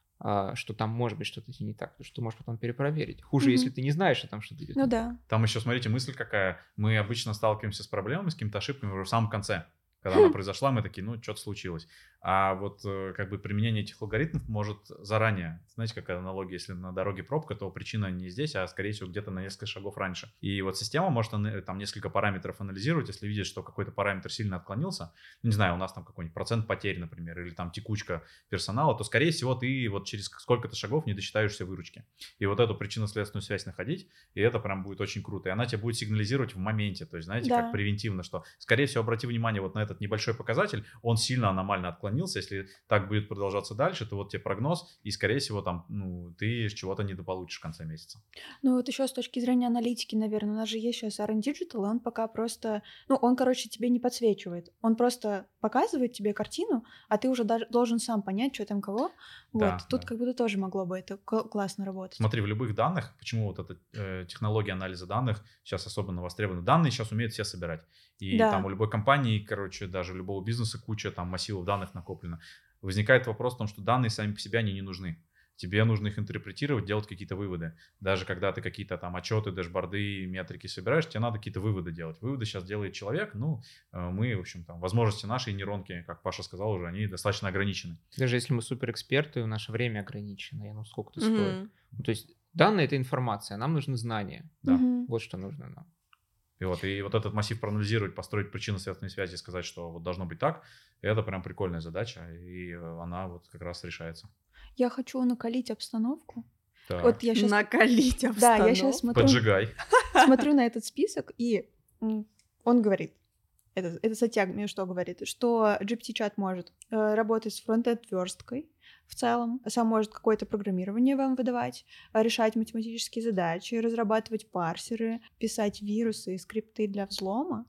а, что там может быть что-то не так, потому что ты можешь потом перепроверить. Хуже, Мгм. если ты не знаешь, что там что-то идет. Ну не так. да. Там еще, смотрите, мысль какая. Мы обычно сталкиваемся с проблемами, с какими-то ошибками уже в самом конце. Когда она произошла, мы такие, ну, что-то случилось. А вот э, как бы применение этих алгоритмов может заранее. Знаете, какая аналогия, если на дороге пробка, то причина не здесь, а, скорее всего, где-то на несколько шагов раньше. И вот система может ана- там несколько параметров анализировать, если видит, что какой-то параметр сильно отклонился, не знаю, у нас там какой-нибудь процент потерь, например, или там текучка персонала, то, скорее всего, ты вот через сколько-то шагов не досчитаешься выручки. И вот эту причинно-следственную связь находить, и это прям будет очень круто. И она тебе будет сигнализировать в моменте, то есть, знаете, Да. как превентивно, что, скорее всего, обрати внимание вот на этот небольшой показатель, он сильно аномально отклонился, если так будет продолжаться дальше, то вот тебе прогноз, и, скорее всего, там, ну, ты чего-то недополучишь в конце месяца. Ну вот еще с точки зрения аналитики, наверное, у нас же есть сейчас ар энд Digital, и он пока просто, ну он, короче, тебе не подсвечивает, он просто показывает тебе картину, а ты уже даже должен сам понять, что там кого. Вот, Да, тут да. как будто тоже могло бы это кл- классно работать. Смотри, в любых данных, почему вот эта э, технология анализа данных сейчас особенно востребована, данные сейчас умеют все собирать. И Да. там у любой компании, короче, даже любого бизнеса куча там массивов данных накоплено. Возникает вопрос в том, что данные сами по себе они не нужны. Тебе нужно их интерпретировать, делать какие-то выводы. Даже когда ты какие-то там отчеты, дэшборды, метрики собираешь, тебе надо какие-то выводы делать. Выводы сейчас делает человек, ну, э, мы, в общем, там, возможности нашей нейронки, как Паша сказал уже, они достаточно ограничены. Даже если мы суперэксперты, наше время ограничено, и оно сколько-то стоит. Мгм. Ну, то есть данные — это информация, а нам нужны знания. Да. Мгм. Вот что нужно нам. И вот, и вот этот массив проанализировать, построить причинно-следственные связи, сказать, что вот должно быть так, это прям прикольная задача, и э, она вот как раз решается. Я хочу накалить обстановку. Так, Вот я сейчас, Накалить да, обстановку. я сейчас смотрю, поджигай. смотрю на этот список, и м, он говорит, этот, этот статья мне что говорит, что джи пи ти-чат может э, работать с фронтенд-версткой в целом, сам может какое-то программирование вам выдавать, э, решать математические задачи, разрабатывать парсеры, писать вирусы и скрипты для взлома.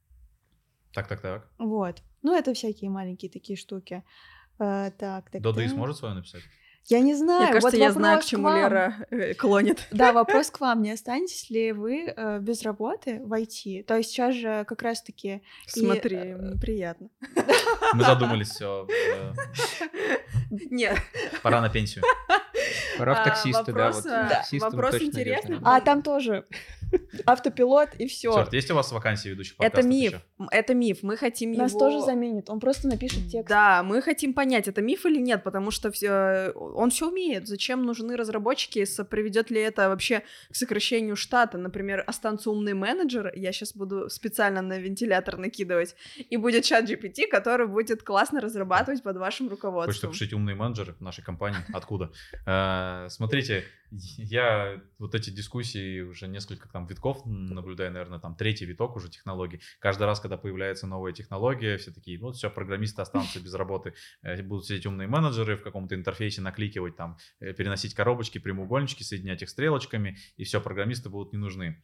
Так, так, так. Вот. Ну, это всякие маленькие такие штуки. Э, так, так, Дода и так. сможет свое написать? Я не знаю. Мне кажется, вот я знаю, к вопрос чему вам. Лера э, клонит. Да, вопрос к вам. Не останетесь ли вы э, без работы в ай ти? То есть сейчас же как раз-таки... И, Смотри, э, мне приятно. Мы задумались, все, Нет. пора на пенсию. Пора в А, таксисты, да, вопрос, вот а, таксистам вопрос точно интересный. идёт, А там тоже автопилот и все. Черт, есть у вас вакансии ведущих Это подкастов миф. еще? М, Это миф. Мы хотим Нас его... тоже заменит. Он просто напишет текст. Да, мы хотим понять, это миф или нет, потому что все, он все умеет. Зачем нужны разработчики? Со- Приведет ли это вообще к сокращению штата? Например, останется умный менеджер, я сейчас буду специально на вентилятор накидывать, и будет чат джи пи ти, который будет классно разрабатывать под вашим Хочется руководством. пошить умные менеджеры в нашей компании. Откуда? Э, Смотрите, я вот эти дискуссии уже несколько там витков наблюдаю, наверное, там третий виток уже технологий. Каждый раз, когда когда появляется новая технология, все такие, ну, все, программисты останутся без работы, будут сидеть умные менеджеры в каком-то интерфейсе, накликивать там, переносить коробочки, прямоугольнички, соединять их стрелочками, и все, программисты будут не нужны.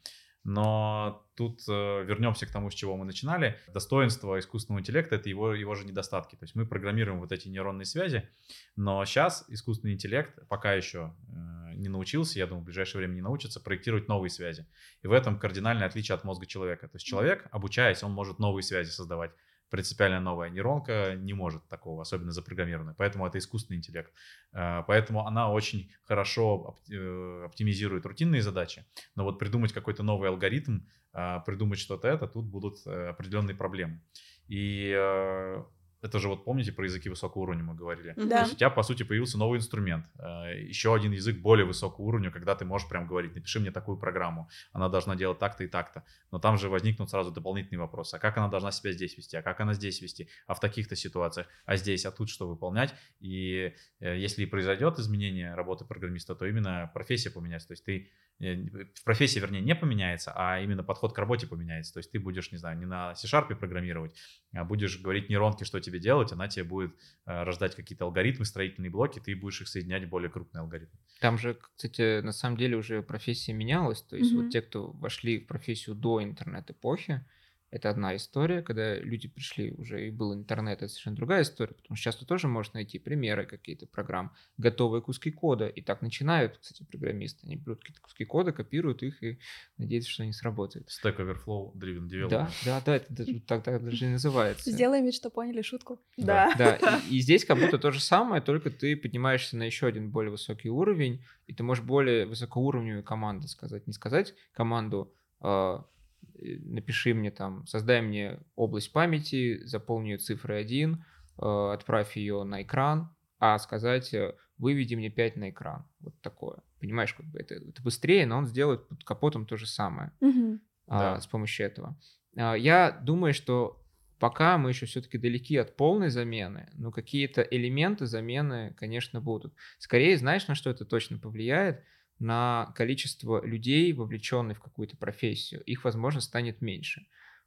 Но тут э, вернемся к тому, с чего мы начинали. Достоинство искусственного интеллекта — это его, его же недостатки. То есть мы программируем вот эти нейронные связи, но сейчас искусственный интеллект пока еще э, не научился, я думаю, в ближайшее время не научится проектировать новые связи. И в этом кардинальное отличие от мозга человека. То есть человек, обучаясь, он может новые связи создавать. Принципиально новая нейронка не может такого, особенно запрограммированная. Поэтому это искусственный интеллект. Поэтому она очень хорошо оптимизирует рутинные задачи. Но вот придумать какой-то новый алгоритм, придумать что-то это, тут будут определенные проблемы. И это же вот помните, про языки высокого уровня мы говорили. Да. То есть у тебя, по сути, появился новый инструмент. Еще один язык более высокого уровня, когда ты можешь прям говорить, напиши мне такую программу, она должна делать так-то и так-то. Но там же возникнут сразу дополнительные вопросы. А как она должна себя здесь вести? А как она здесь вести? А в таких-то ситуациях? А здесь? А тут что выполнять? И если произойдет изменение работы программиста, то именно профессия поменяется. То есть ты в профессии, вернее, не поменяется, а именно подход к работе поменяется. То есть ты будешь, не знаю, не на C-Sharp программировать, а будешь говорить нейронке, что тебе делать, она тебе будет э, рождать какие-то алгоритмы, строительные блоки, ты будешь их соединять в более крупные алгоритмы. Там же, кстати, на самом деле уже профессия менялась. То есть Мгм. вот те, кто вошли в профессию до интернет-эпохи, это одна история, когда люди пришли уже и был интернет, это совершенно другая история, потому что сейчас ты тоже можешь найти примеры какие-то программ, готовые куски кода, и так начинают, кстати, программисты, они берут какие-то куски кода, копируют их и надеются, что они сработают. Stack Overflow Driven Development. Да, да, да, это даже, так, так даже и называется. Сделаем вид, что поняли шутку. Да. Да, и, и здесь как будто то же самое, только ты поднимаешься на еще один более высокий уровень, и ты можешь более высокоуровневую команду сказать, не сказать команду э, напиши мне там, создай мне область памяти, заполни ее цифрой один, э, отправь ее на экран, а сказать э, выведи мне пять на экран. Вот такое. Понимаешь, как бы это, это быстрее, но он сделает под капотом то же самое Мгм. а, Да. с помощью этого. А, я думаю, что пока мы еще все-таки далеки от полной замены, но какие-то элементы замены, конечно, будут. Скорее, знаешь, на что это точно повлияет? На количество людей, вовлеченных в какую-то профессию. Их, возможно, станет меньше.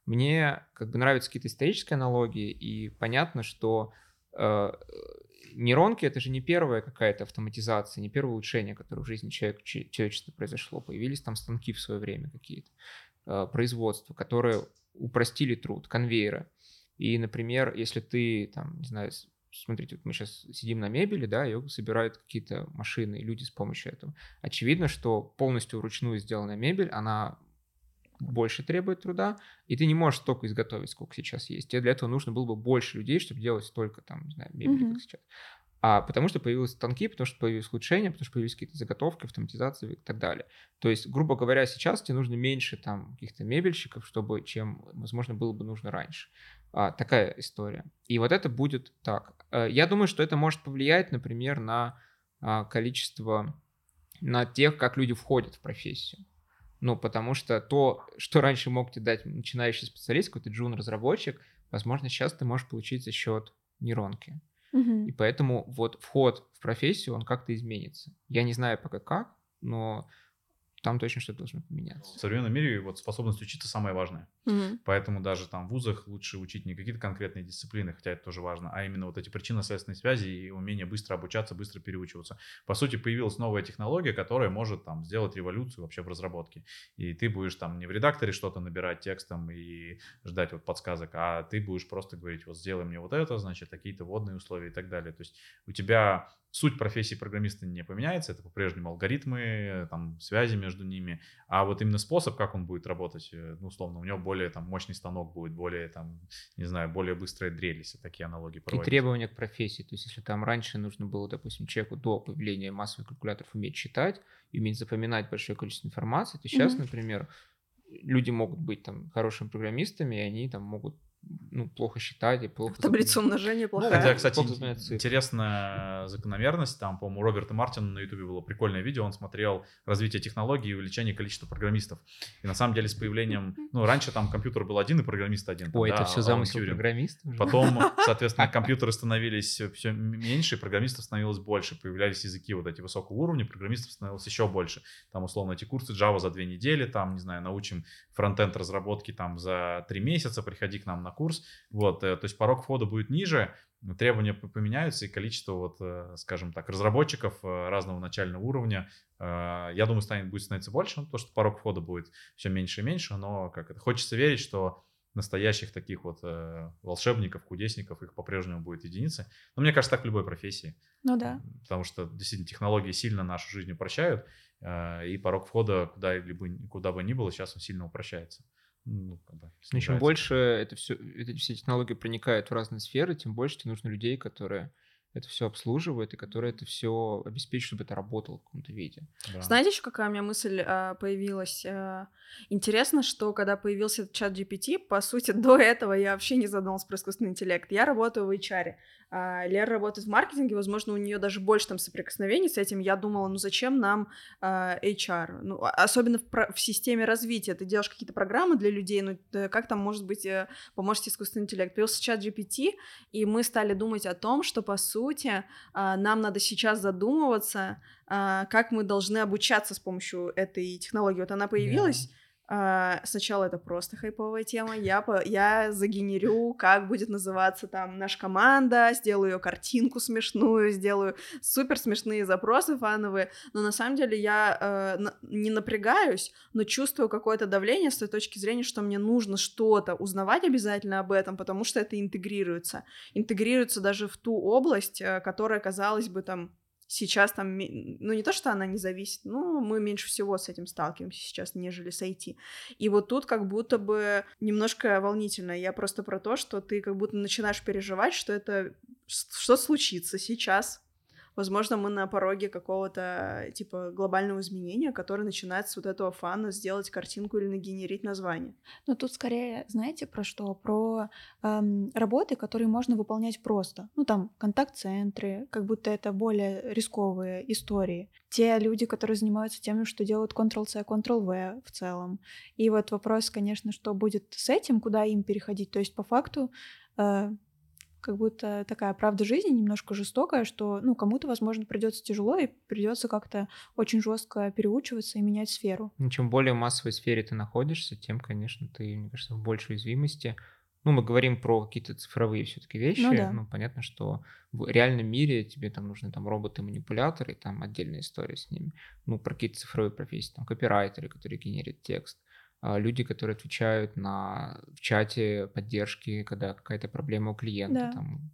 Мне как бы нравятся какие-то исторические аналогии, и понятно, что э, нейронки — это же не первая какая-то автоматизация, не первое улучшение, которое в жизни человек, человечества произошло. Появились там станки в свое время какие-то, э, производства, которые упростили труд, конвейеры. И, например, если ты, там, не знаю, смотрите, вот мы сейчас сидим на мебели, да, ее собирают какие-то машины, люди с помощью этого. Очевидно, что полностью вручную сделанная мебель, она больше требует труда, и ты не можешь столько изготовить, сколько сейчас есть. Тебе для этого нужно было бы больше людей, чтобы делать столько, там, не знаю, мебели, Мгм. как сейчас. А потому что появились станки, потому что появились улучшения, потому что появились какие-то заготовки, автоматизации и так далее. То есть, грубо говоря, сейчас тебе нужно меньше там каких-то мебельщиков, чтобы, чем, возможно, было бы нужно раньше. А, такая история. И вот это будет так. А, я думаю, что это может повлиять, например, на а, количество, на тех, как люди входят в профессию. Ну, потому что то, что раньше мог тебе дать начинающий специалист, какой-то джун-разработчик, возможно, сейчас ты можешь получить за счет нейронки. Мгм. И поэтому вот вход в профессию, он как-то изменится. Я не знаю пока как, но там точно что-то должно поменяться. В современном мире вот способность учиться самое важное. Мгм. Поэтому даже там в вузах лучше учить не какие-то конкретные дисциплины, хотя это тоже важно, а именно вот эти причинно-следственные связи и умение быстро обучаться, быстро переучиваться. По сути, появилась новая технология, которая может там сделать революцию вообще в разработке. И ты будешь там не в редакторе что-то набирать текстом и ждать вот подсказок, а ты будешь просто говорить, вот сделай мне вот это, значит, такие-то вводные условия и так далее. То есть у тебя суть профессии программиста не поменяется, это по-прежнему алгоритмы, там, связи между ними, а вот именно способ, как он будет работать, ну, условно, у него более там мощный станок будет, более там, не знаю, более быстрая дрель, если такие аналогии И проводить. требования к профессии. То есть, если там раньше нужно было, допустим, человеку до появления массовых калькуляторов уметь читать и уметь запоминать большое количество информации, то сейчас, Мгм. например, люди могут быть там хорошими программистами, и они там могут ну, плохо считать и плохо... Таблица запоминать. умножения Ну, плохая. хотя, кстати, Плохо знает цифры. интересная закономерность. Там, по-моему, у Роберта Мартина на Ютубе было прикольное видео. Он смотрел развитие технологий и увеличение количества программистов. И на самом деле с появлением... Ну, раньше там компьютер был один и программист один. Там, Ой, да, это все Алан замысел Тьюринг. программиста уже. Потом, соответственно, компьютеры становились все меньше, программистов становилось больше. Появлялись языки вот эти высокого уровня, программистов становилось еще больше. Там, условно, эти курсы Java за две недели, там, не знаю, научим фронтенд разработки там за три месяца, приходи к нам на курс. Вот, то есть порог входа будет ниже, требования поменяются, и количество, вот, скажем так, разработчиков разного начального уровня, я думаю, станет, будет становиться больше, потому что порог входа будет все меньше и меньше, но как это, хочется верить, что настоящих таких вот волшебников, кудесников, их по-прежнему будет единицы. Но мне кажется, так в любой профессии. Ну да. Потому что действительно технологии сильно нашу жизнь упрощают, и порог входа куда-либо, куда бы ни было, сейчас он сильно упрощается. Ну, как бы, Но чем больше это все, эти все технологии проникают в разные сферы, тем больше тебе нужно людей, которые это все обслуживают и которые это все обеспечивают, чтобы это работало в каком-то виде. Да. Знаете, еще какая у меня мысль а, появилась? А, интересно, что когда появился этот чат джи пи ти, по сути, до этого я вообще не задумалась про искусственный интеллект. Я работаю в эйч ар. А, Лера работает в маркетинге, возможно, у нее даже больше там соприкосновений с этим. Я думала, ну зачем нам а, эйч ар? Ну, особенно в, в системе развития. Ты делаешь какие-то программы для людей, ну как там, может быть, поможет искусственный интеллект? Появился чат джи пи ти, и мы стали думать о том, что, по сути, нам надо сейчас задумываться, как мы должны обучаться с помощью этой технологии. Вот она появилась, yeah. Сначала это просто хайповая тема, я, по, я загенерю, как будет называться там наша команда, сделаю ее картинку смешную, сделаю супер смешные запросы фановые, но на самом деле я э, не напрягаюсь, но чувствую какое-то давление с той точки зрения, что мне нужно что-то узнавать обязательно об этом, потому что это интегрируется. Интегрируется даже в ту область, которая, казалось бы, там, сейчас там, ну не то, что она не зависит, но мы меньше всего с этим сталкиваемся сейчас, нежели с ай ти. И вот тут как будто бы немножко волнительно. Я просто про то, что ты как будто начинаешь переживать, что это, что случится сейчас. Возможно, мы на пороге какого-то типа глобального изменения, которое начинается с вот этого фана сделать картинку или нагенерить название. Но тут скорее, знаете, про что? Про эм, работы, которые можно выполнять просто. Ну, там, контакт-центры, как будто это более рисковые истории. Те люди, которые занимаются тем, что делают контрол-C, контрол-V в целом. И вот вопрос, конечно, что будет с этим, куда им переходить. То есть, по факту, э, как будто такая правда жизни немножко жестокая, что, ну, кому-то, возможно, придется тяжело и придется как-то очень жестко переучиваться и менять сферу. Ну, чем более в массовой сфере ты находишься, тем, конечно, ты, мне кажется, в большей уязвимости. Ну, мы говорим про какие-то цифровые все-таки вещи. Ну, да. Ну, понятно, что в реальном мире тебе там нужны там роботы-манипуляторы, там отдельная история с ними. Ну, про какие-то цифровые профессии, там копирайтеры, которые генерят текст. Люди, которые отвечают на, в чате поддержки, когда какая-то проблема у клиента, Да. там,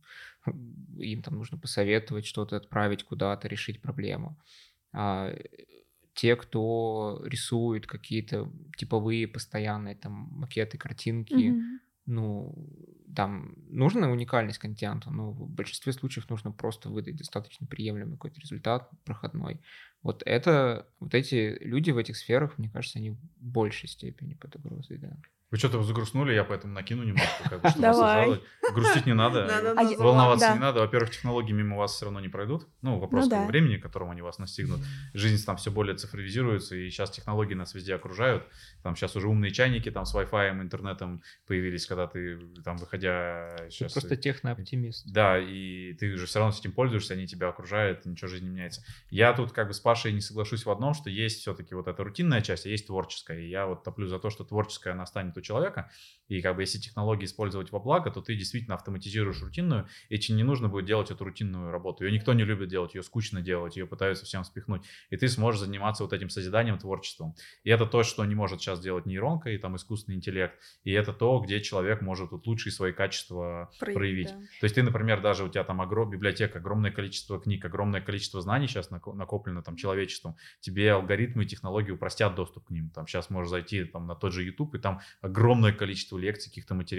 им там нужно посоветовать что-то, отправить куда-то, решить проблему. А, те, кто рисует какие-то типовые постоянные там макеты, картинки, Mm-hmm. ну, там нужна уникальность контента, но в большинстве случаев нужно просто выдать достаточно приемлемый какой-то результат, проходной. Вот это, вот эти люди в этих сферах, мне кажется, они в большей степени под угрозой, да. Вы что-то загрустнули, я поэтому накину немножко, как бы, чтобы Давай. осознавать. Грустить не надо, Надо А я- волноваться да. не надо. Во-первых, технологии мимо вас все равно не пройдут. Ну, вопрос Ну как бы да. времени, к которому они вас настигнут. Жизнь там все более цифровизируется, и сейчас технологии нас везде окружают. Там сейчас уже умные чайники там с Wi-Fi, интернетом появились, когда ты там, выходя... Ты Сейчас, просто технооптимист. Да, и ты же все равно с этим пользуешься, они тебя окружают, ничего в жизни не меняется. Я тут как бы с Пашей не соглашусь в одном, что есть все-таки вот эта рутинная часть, а есть творческая. И я вот топлю за то, что творческая, она станет у человека. И как бы если технологии использовать во благо, то ты действительно автоматизируешь рутинную, и тебе не нужно будет делать эту рутинную работу. Ее никто не любит делать, ее скучно делать, ее пытаются всем спихнуть. И ты сможешь заниматься вот этим созиданием, творчеством. И это то, что не может сейчас делать нейронка и там искусственный интеллект. И это то, где человек может вот лучшие свои качества Проявить, проявить. да. То есть ты, например, даже у тебя там огром... библиотека, огромное количество книг, огромное количество знаний сейчас накоплено там человечеством. Тебе алгоритмы и технологии упростят доступ к ним. Там сейчас можешь зайти там на тот же YouTube, и там огромное количество лекций, каких-то материалов.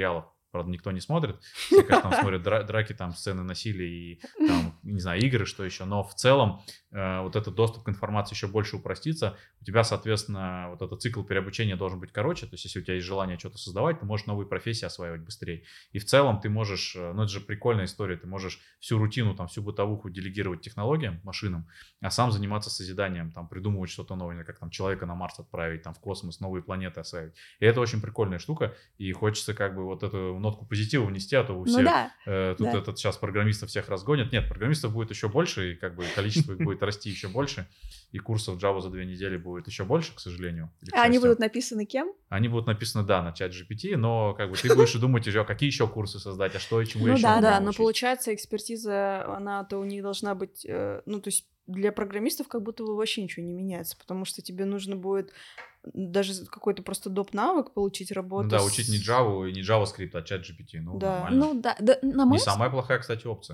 правда, никто не смотрит. Все, конечно, там смотрят дра- драки, там, сцены насилия и, там, не знаю, игры, что еще. Но в целом э, вот этот доступ к информации еще больше упростится. У тебя, соответственно, вот этот цикл переобучения должен быть короче. То есть, если у тебя есть желание что-то создавать, ты можешь новые профессии осваивать быстрее. И в целом ты можешь, ну, это же прикольная история, ты можешь всю рутину, там, всю бытовуху делегировать технологиям, машинам, а сам заниматься созиданием, там, придумывать что-то новое, как там человека на Марс отправить, там, в космос, новые планеты осваивать. И это очень прикольная штука, и хочется как бы вот эту нотку позитива внести, а то у всех, Ну да. э, тут да. этот сейчас программистов всех разгонят. Нет, программистов будет еще больше, и как бы количество их будет расти еще больше, и курсов Java за две недели будет еще больше, к сожалению. или к А они счастью. будут написаны кем? Они будут написаны, да, на чат джи пи ти, но как бы ты будешь думать уже, какие еще курсы создать, а что и чему Ну еще да, можно Да, но научить. получается, экспертиза, она-то у них должна быть, э, ну, то есть для программистов как будто бы вообще ничего не меняется, потому что тебе нужно будет даже какой-то просто доп. Навык получить, работу Ну да, с- учить не Java и не JavaScript, а чат джи пи ти. Ну, Да. нормально. Ну да, да, на мой Не самая плохая, кстати, опция.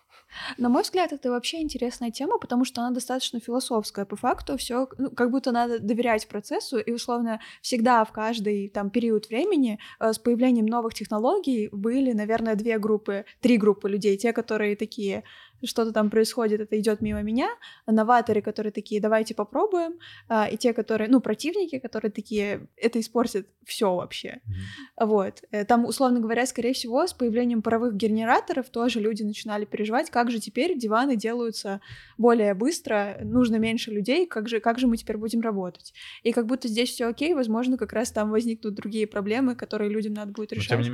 На мой взгляд, это вообще интересная тема, потому что она достаточно философская. По факту все, ну, как будто надо доверять процессу, и условно всегда в каждый там период времени э, с появлением новых технологий были, наверное, две группы, три группы людей. Те, которые такие, что-то там происходит, это идет мимо меня, новаторы, которые такие, давайте попробуем, а, и те, которые, ну, противники, которые такие, это испортит все вообще. Мгм. Вот. Э, Там, условно говоря, скорее всего, с появлением паровых генераторов тоже люди начинали переживать, как же теперь диваны делаются более быстро, нужно меньше людей, как же, как же мы теперь будем работать. И как будто здесь все окей, возможно, как раз там возникнут другие проблемы, которые людям надо будет Но решать. тем не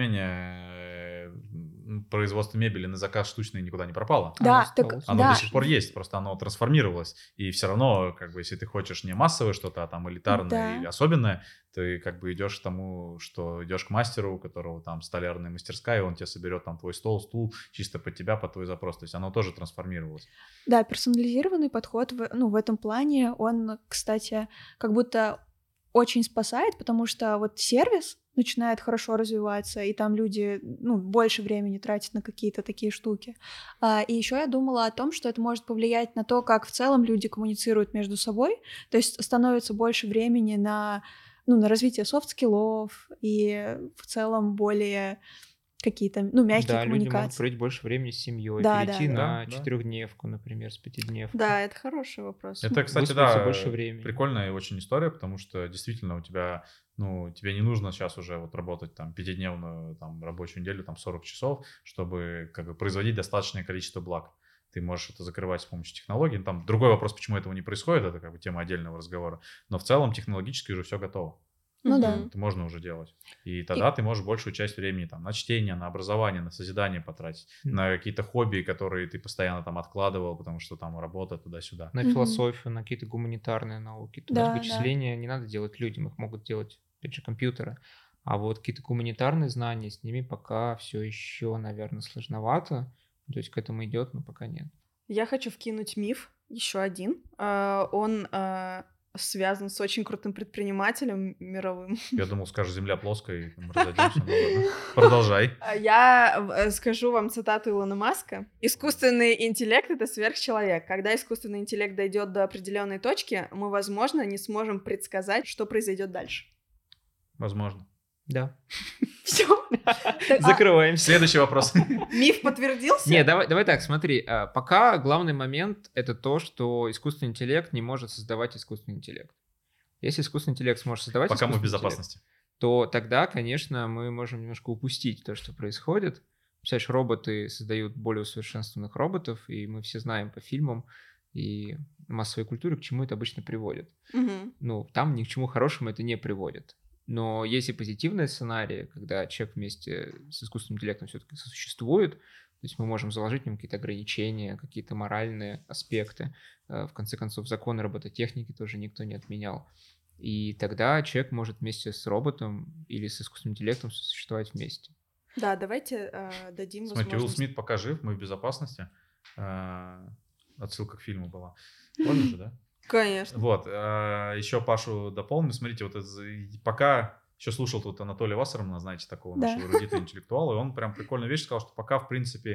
менее, э, производство мебели на заказ штучное никуда не пропало. Да, Оно так, осталось. Оно да. до сих пор есть, просто оно трансформировалось. И все равно, как бы, если ты хочешь не массовое что-то, а там элитарное Да. или особенное, ты как бы идешь к тому, что идешь к мастеру, у которого там столярная мастерская, и он тебе соберет там твой стол, стул чисто под тебя, под твой запрос. То есть оно тоже трансформировалось. Да, персонализированный подход, в, ну, в этом плане, он, кстати, как будто очень спасает, потому что вот сервис начинает хорошо развиваться, и там люди, ну, больше времени тратят на какие-то такие штуки. А, и еще я думала о том, что это может повлиять на то, как в целом люди коммуницируют между собой, то есть становится больше времени на, ну, на развитие софт-скиллов и в целом более какие-то, ну, мягкие Да, люди могут коммуникации. проводить больше времени с семьей, Да, перейти да, да. на Да, да. четырехдневку, например, с пятидневки. Да, это хороший вопрос. Это, кстати, Высвободится да, больше времени. прикольная очень история, потому что действительно у тебя, ну, тебе не нужно сейчас уже вот работать там пятидневную там рабочую неделю, там сорок часов, чтобы как бы производить достаточное количество благ. Ты можешь это закрывать с помощью технологий. Там другой вопрос, почему этого не происходит, это как бы тема отдельного разговора. Но в целом технологически уже все готово. Ну да. Мгм. Это можно уже делать. И тогда ты можешь большую часть времени там на чтение, на образование, на созидание потратить, Мгм. на какие-то хобби, которые ты постоянно там откладывал, потому что там работа туда-сюда. На Мгм. философию, на какие-то гуманитарные науки. То есть Да, да. вычисления не надо делать людям, их могут делать, опять же, компьютеры. А вот какие-то гуманитарные знания, с ними пока все еще, наверное, сложновато. То есть к этому идет, но пока нет. Я хочу вкинуть миф, еще один. А, Он а, связан с очень крутым предпринимателем мировым. Я думал, скажешь, земля плоская, и мы разойдемся. Ну ладно. Продолжай. А Я э, скажу вам цитату Илона Маска. Искусственный интеллект — это сверхчеловек. Когда искусственный интеллект дойдет до определенной точки, мы, возможно, не сможем предсказать, что произойдет дальше. Возможно. Да. Все. Закрываемся. Следующий вопрос. Миф подтвердился? Не, давай, давай так, смотри. а, Пока главный момент — это то, что искусственный интеллект не может создавать искусственный интеллект. Если искусственный интеллект сможет создавать Пока мы в искусственный интеллект, безопасности. то тогда, конечно, мы можем немножко упустить то, что происходит. Представляешь, роботы создают более усовершенствованных роботов, и мы все знаем по фильмам и массовой культуре, к чему это обычно приводит. Мгм. Ну, там ни к чему хорошему это не приводит. Но есть и позитивные сценарии, когда человек вместе с искусственным интеллектом все-таки сосуществует, то есть мы можем заложить в нем какие-то ограничения, какие-то моральные аспекты. Э, В конце концов, законы робототехники тоже никто не отменял. И тогда человек может вместе с роботом или с искусственным интеллектом существовать вместе. Да, давайте э, дадим Смотрите, Уилл возможность. Смит пока жив, мы в безопасности. А, Отсылка к фильму была. Помнишь же, да? Конечно. Вот, а, еще Пашу дополню. Смотрите, вот это, пока еще слушал тут Анатолия Вассермана, знаете, такого Да. нашего эрудита интеллектуала, и он прям прикольную вещь сказал, что пока, в принципе,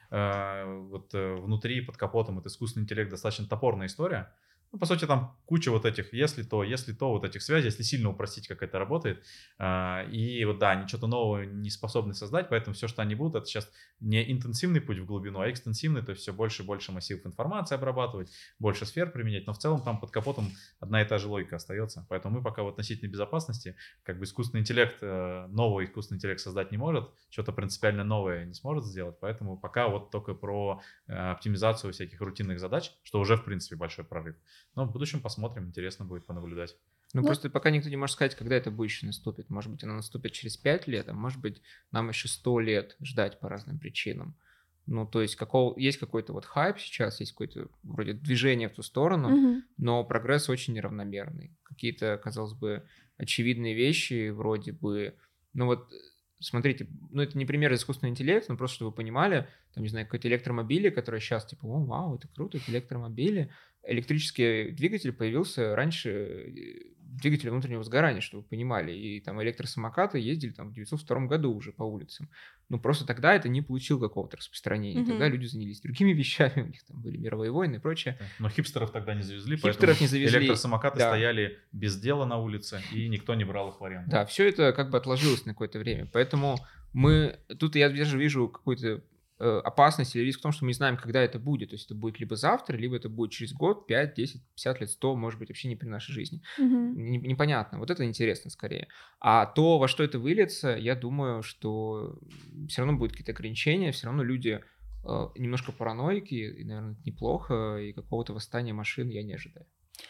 э, вот э, внутри, под капотом, это искусственный интеллект достаточно топорная история. Ну, по сути, там куча вот этих «если то», «если то», вот этих связей, если сильно упростить, как это работает. А, и вот да, они что-то нового не способны создать, поэтому все, что они будут, это сейчас не интенсивный путь в глубину, а экстенсивный, то есть все больше и больше массивов информации обрабатывать, больше сфер применять, но в целом там под капотом одна и та же логика остается. Поэтому мы пока в относительной безопасности, как бы искусственный интеллект, э, новый искусственный интеллект создать не может, что-то принципиально новое не сможет сделать, поэтому пока вот только про э, оптимизацию всяких рутинных задач, что уже, в принципе, большой прорыв. Но в будущем посмотрим, интересно будет понаблюдать. Ну, Ну- просто пока никто не может сказать, когда это будущее наступит. Может быть, оно наступит через пять лет, а может быть, нам еще сто лет ждать по разным причинам. Ну, то есть, какого... есть какой-то вот хайп сейчас, есть какое-то вроде движение в ту сторону, Мгм. но прогресс очень неравномерный. Какие-то, казалось бы, очевидные вещи вроде бы... Ну вот, смотрите, ну это не пример искусственного интеллекта, но просто чтобы вы понимали, там, не знаю, какое-то электромобили, которые сейчас типа, о, вау, это круто, это электромобили. Электрический двигатель появился раньше э, двигателя внутреннего сгорания, чтобы вы понимали. И там электросамокаты ездили там в девятьсот втором году уже по улицам. Ну, просто тогда это не получило какого-то распространения. Мгм. Тогда люди занялись другими вещами, у них там были мировые войны и прочее. Но хипстеров тогда не завезли, Хипстеров поэтому не завезли, электросамокаты да. стояли без дела на улице, и никто не брал их в аренду. Да, все это как бы отложилось на какое-то время. Поэтому мы... Тут я даже вижу какую-то э, опасность или риск в том, что мы не знаем, когда это будет. То есть это будет либо завтра, либо это будет через год, пять, десять, пятьдесят лет, сто, может быть, вообще не при нашей жизни. Мгм. Не- Непонятно. Вот это интересно скорее. А то, во что это выльется, я думаю, что все равно будут какие-то ограничения, все равно люди э, немножко параноики, и, наверное, это неплохо, и какого-то восстания машин я не ожидаю.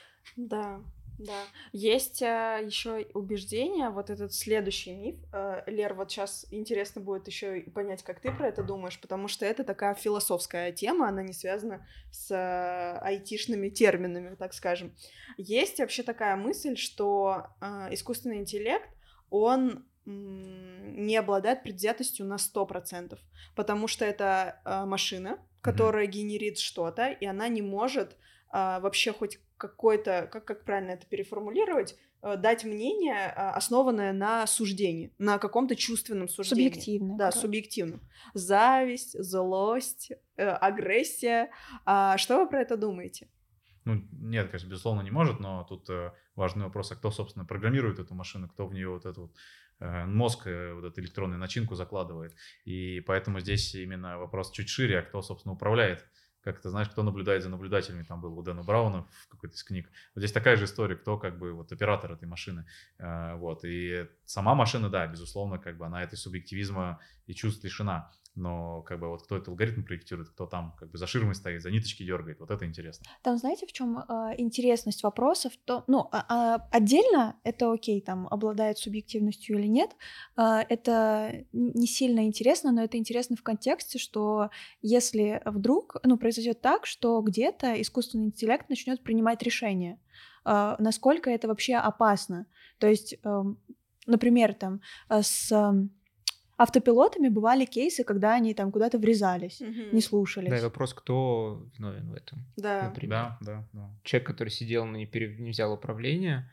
Да, да. Есть еще убеждение, вот этот следующий миф. Э, Лер, вот сейчас интересно будет еще понять, как ты про это думаешь, потому что это такая философская тема, она не связана с э, айтишными терминами, так скажем. Есть вообще такая мысль, что э, искусственный интеллект, он м, не обладает предвзятостью на сто процентов, потому что это э, машина, которая генерит что-то, и она не может а, вообще хоть какой-то, как, как правильно это переформулировать, э, дать мнение, а, основанное на суждении, на каком-то чувственном суждении. Субъективно. Да, короче. субъективном. Зависть, злость, э, агрессия. А что вы про это думаете? Ну, нет, конечно, безусловно, не может, но тут э, важный вопрос, а кто, собственно, программирует эту машину, кто в нее вот этот вот, э, мозг, э, вот эту электронную начинку закладывает. И поэтому здесь именно вопрос чуть шире, а кто, собственно, управляет. Как ты знаешь, кто наблюдает за наблюдателями, там был у Дэна Брауна в какой-то из книг. Вот здесь такая же история, кто как бы вот оператор этой машины. Э, вот. И сама машина, да, безусловно, как бы она этой субъективизма и чувств лишена. Но как бы вот кто этот алгоритм проектирует, кто там как бы за ширмой стоит, за ниточки дергает, вот это интересно. Там знаете, в чем интересность вопросов? То, ну, а- а отдельно это окей, там, обладает субъективностью или нет, а, это н- не сильно интересно, но это интересно в контексте, что если вдруг, ну, произойдет так, что где-то искусственный интеллект начнет принимать решения, а, насколько это вообще опасно. То есть, эм, например, там, а, с ам, автопилотами бывали кейсы, когда они там куда-то врезались, Мгм. не слушались. Да, и вопрос, кто виновен в этом. Да. Например, Да, да, да. человек, который сидел, но не, пере- не взял управление,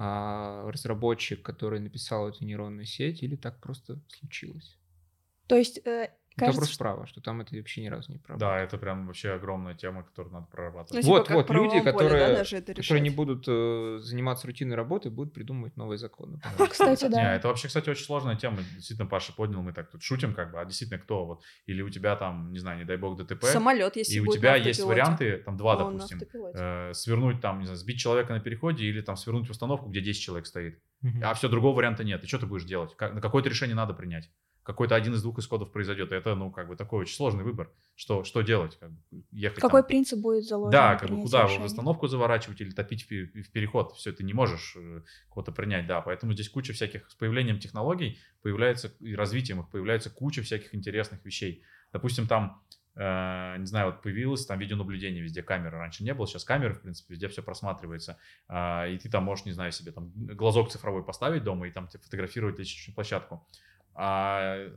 а разработчик, который написал эту нейронную сеть, или так просто случилось. То есть, э, Это кажется, вопрос что- права, что там это вообще ни разу не права. Да, это прям вообще огромная тема, которую надо Ну, прорабатывать. типа, Вот, как вот, в правовом люди, поле, да, которые, даже это которые не решать. будут э, заниматься рутинной работой, будут придумывать новые законы. Кстати, Не, да. это вообще, кстати, очень сложная тема. Действительно, Паша поднял, мы так тут шутим, как бы, а действительно кто? Вот, или у тебя там, не знаю, не дай бог, ДТП, Самолет, если и у будет тебя на есть автопилоте. варианты, там два, Он на допустим, автопилоте. э, свернуть там, не знаю, сбить человека на переходе или там свернуть в установку, где десять человек стоит. Мгм. А все, другого варианта нет. И что ты будешь делать? Как, на какое-то решение надо принять. Какой-то один из двух исходов произойдет. И это, ну, как бы такой очень сложный выбор. Что, что делать? Как бы, ехать Какой там. принцип будет заложен? Да, на как бы принятие куда, в решения? остановку заворачивать или топить в, пе- в переход. Все, ты не можешь э, кого-то принять, да. Поэтому здесь куча всяких, с появлением технологий появляется, и развитием их появляется куча всяких интересных вещей. Допустим, там, э, не знаю, вот появилось там видеонаблюдение, везде камеры. Раньше не было, сейчас камеры, в принципе, везде все просматривается. А, и ты там можешь, не знаю, себе там глазок цифровой поставить дома и там фотографировать лестничную площадку. А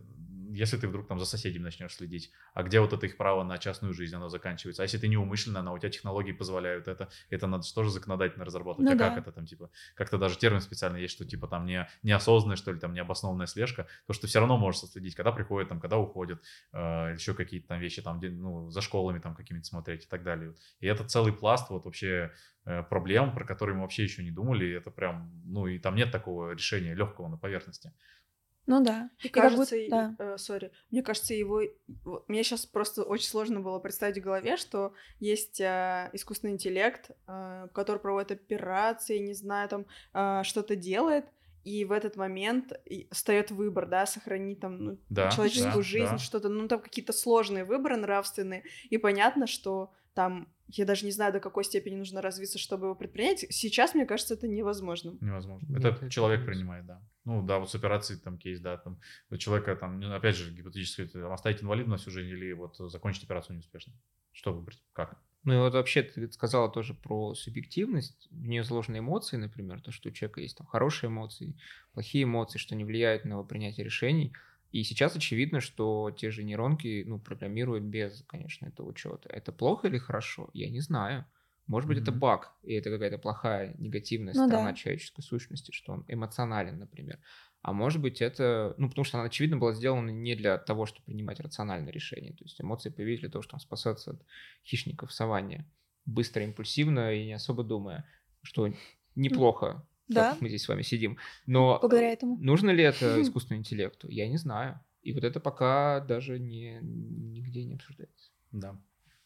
если ты вдруг там за соседями начнешь следить, а где вот это их право на частную жизнь, оно заканчивается. А если ты неумышленно, но у тебя технологии позволяют это, это надо тоже законодательно разработать. Ну а да. как это там, типа, как-то даже термин специально есть, что типа там не, неосознанная, что ли, там необоснованная слежка, то, что ты все равно можешь следить, когда приходят, там, когда уходят, э, еще какие-то там вещи, там, где, ну, за школами там какими-то смотреть и так далее. И это целый пласт вот вообще э, проблем, про которые мы вообще еще не думали, и это прям, ну, и там нет такого решения легкого на поверхности. Ну да. И как кажется, будто- и- да. э, сори, мне кажется, его... вот Мне сейчас просто очень сложно было представить в голове, что есть э, искусственный интеллект, э, который проводит операции, не знаю, там э, что-то делает, и в этот момент и встает выбор, да, сохранить там ну, Да, человеческую да, жизнь, да. что-то, ну там какие-то сложные выборы нравственные, и понятно, что там, я даже не знаю, до какой степени нужно развиться, чтобы его предпринять. Сейчас, мне кажется, это невозможно. Невозможно. Нет, это это человек ужас. принимает, да. Ну да, вот с операцией там кейс, да, там у человека там, ну, опять же, гипотетически там, оставить инвалидом на всю жизнь или вот закончить операцию неуспешно. Что выбрать? Как? Ну и вот вообще ты сказала тоже про субъективность, в нее заложены эмоции, например, то, что у человека есть там хорошие эмоции, плохие эмоции, что не влияет на его принятие решений. И сейчас очевидно, что те же нейронки, ну, программируют без, конечно, этого учета. Это плохо или хорошо? Я не знаю. Может быть, это Мгм. баг, и это какая-то плохая, негативная Ну сторона да. человеческой сущности, что он эмоционален, например. А может быть, это, ну, потому что она, очевидно, была сделана не для того, чтобы принимать рациональные решения. То есть эмоции появились для того, чтобы спасаться от хищников в саванне. Быстро, импульсивно и не особо думая, что неплохо, Да. как мы здесь с вами сидим. Но Благодаря этому. нужно ли это искусственному интеллекту? Я не знаю. И вот это пока даже не, нигде не обсуждается. Да.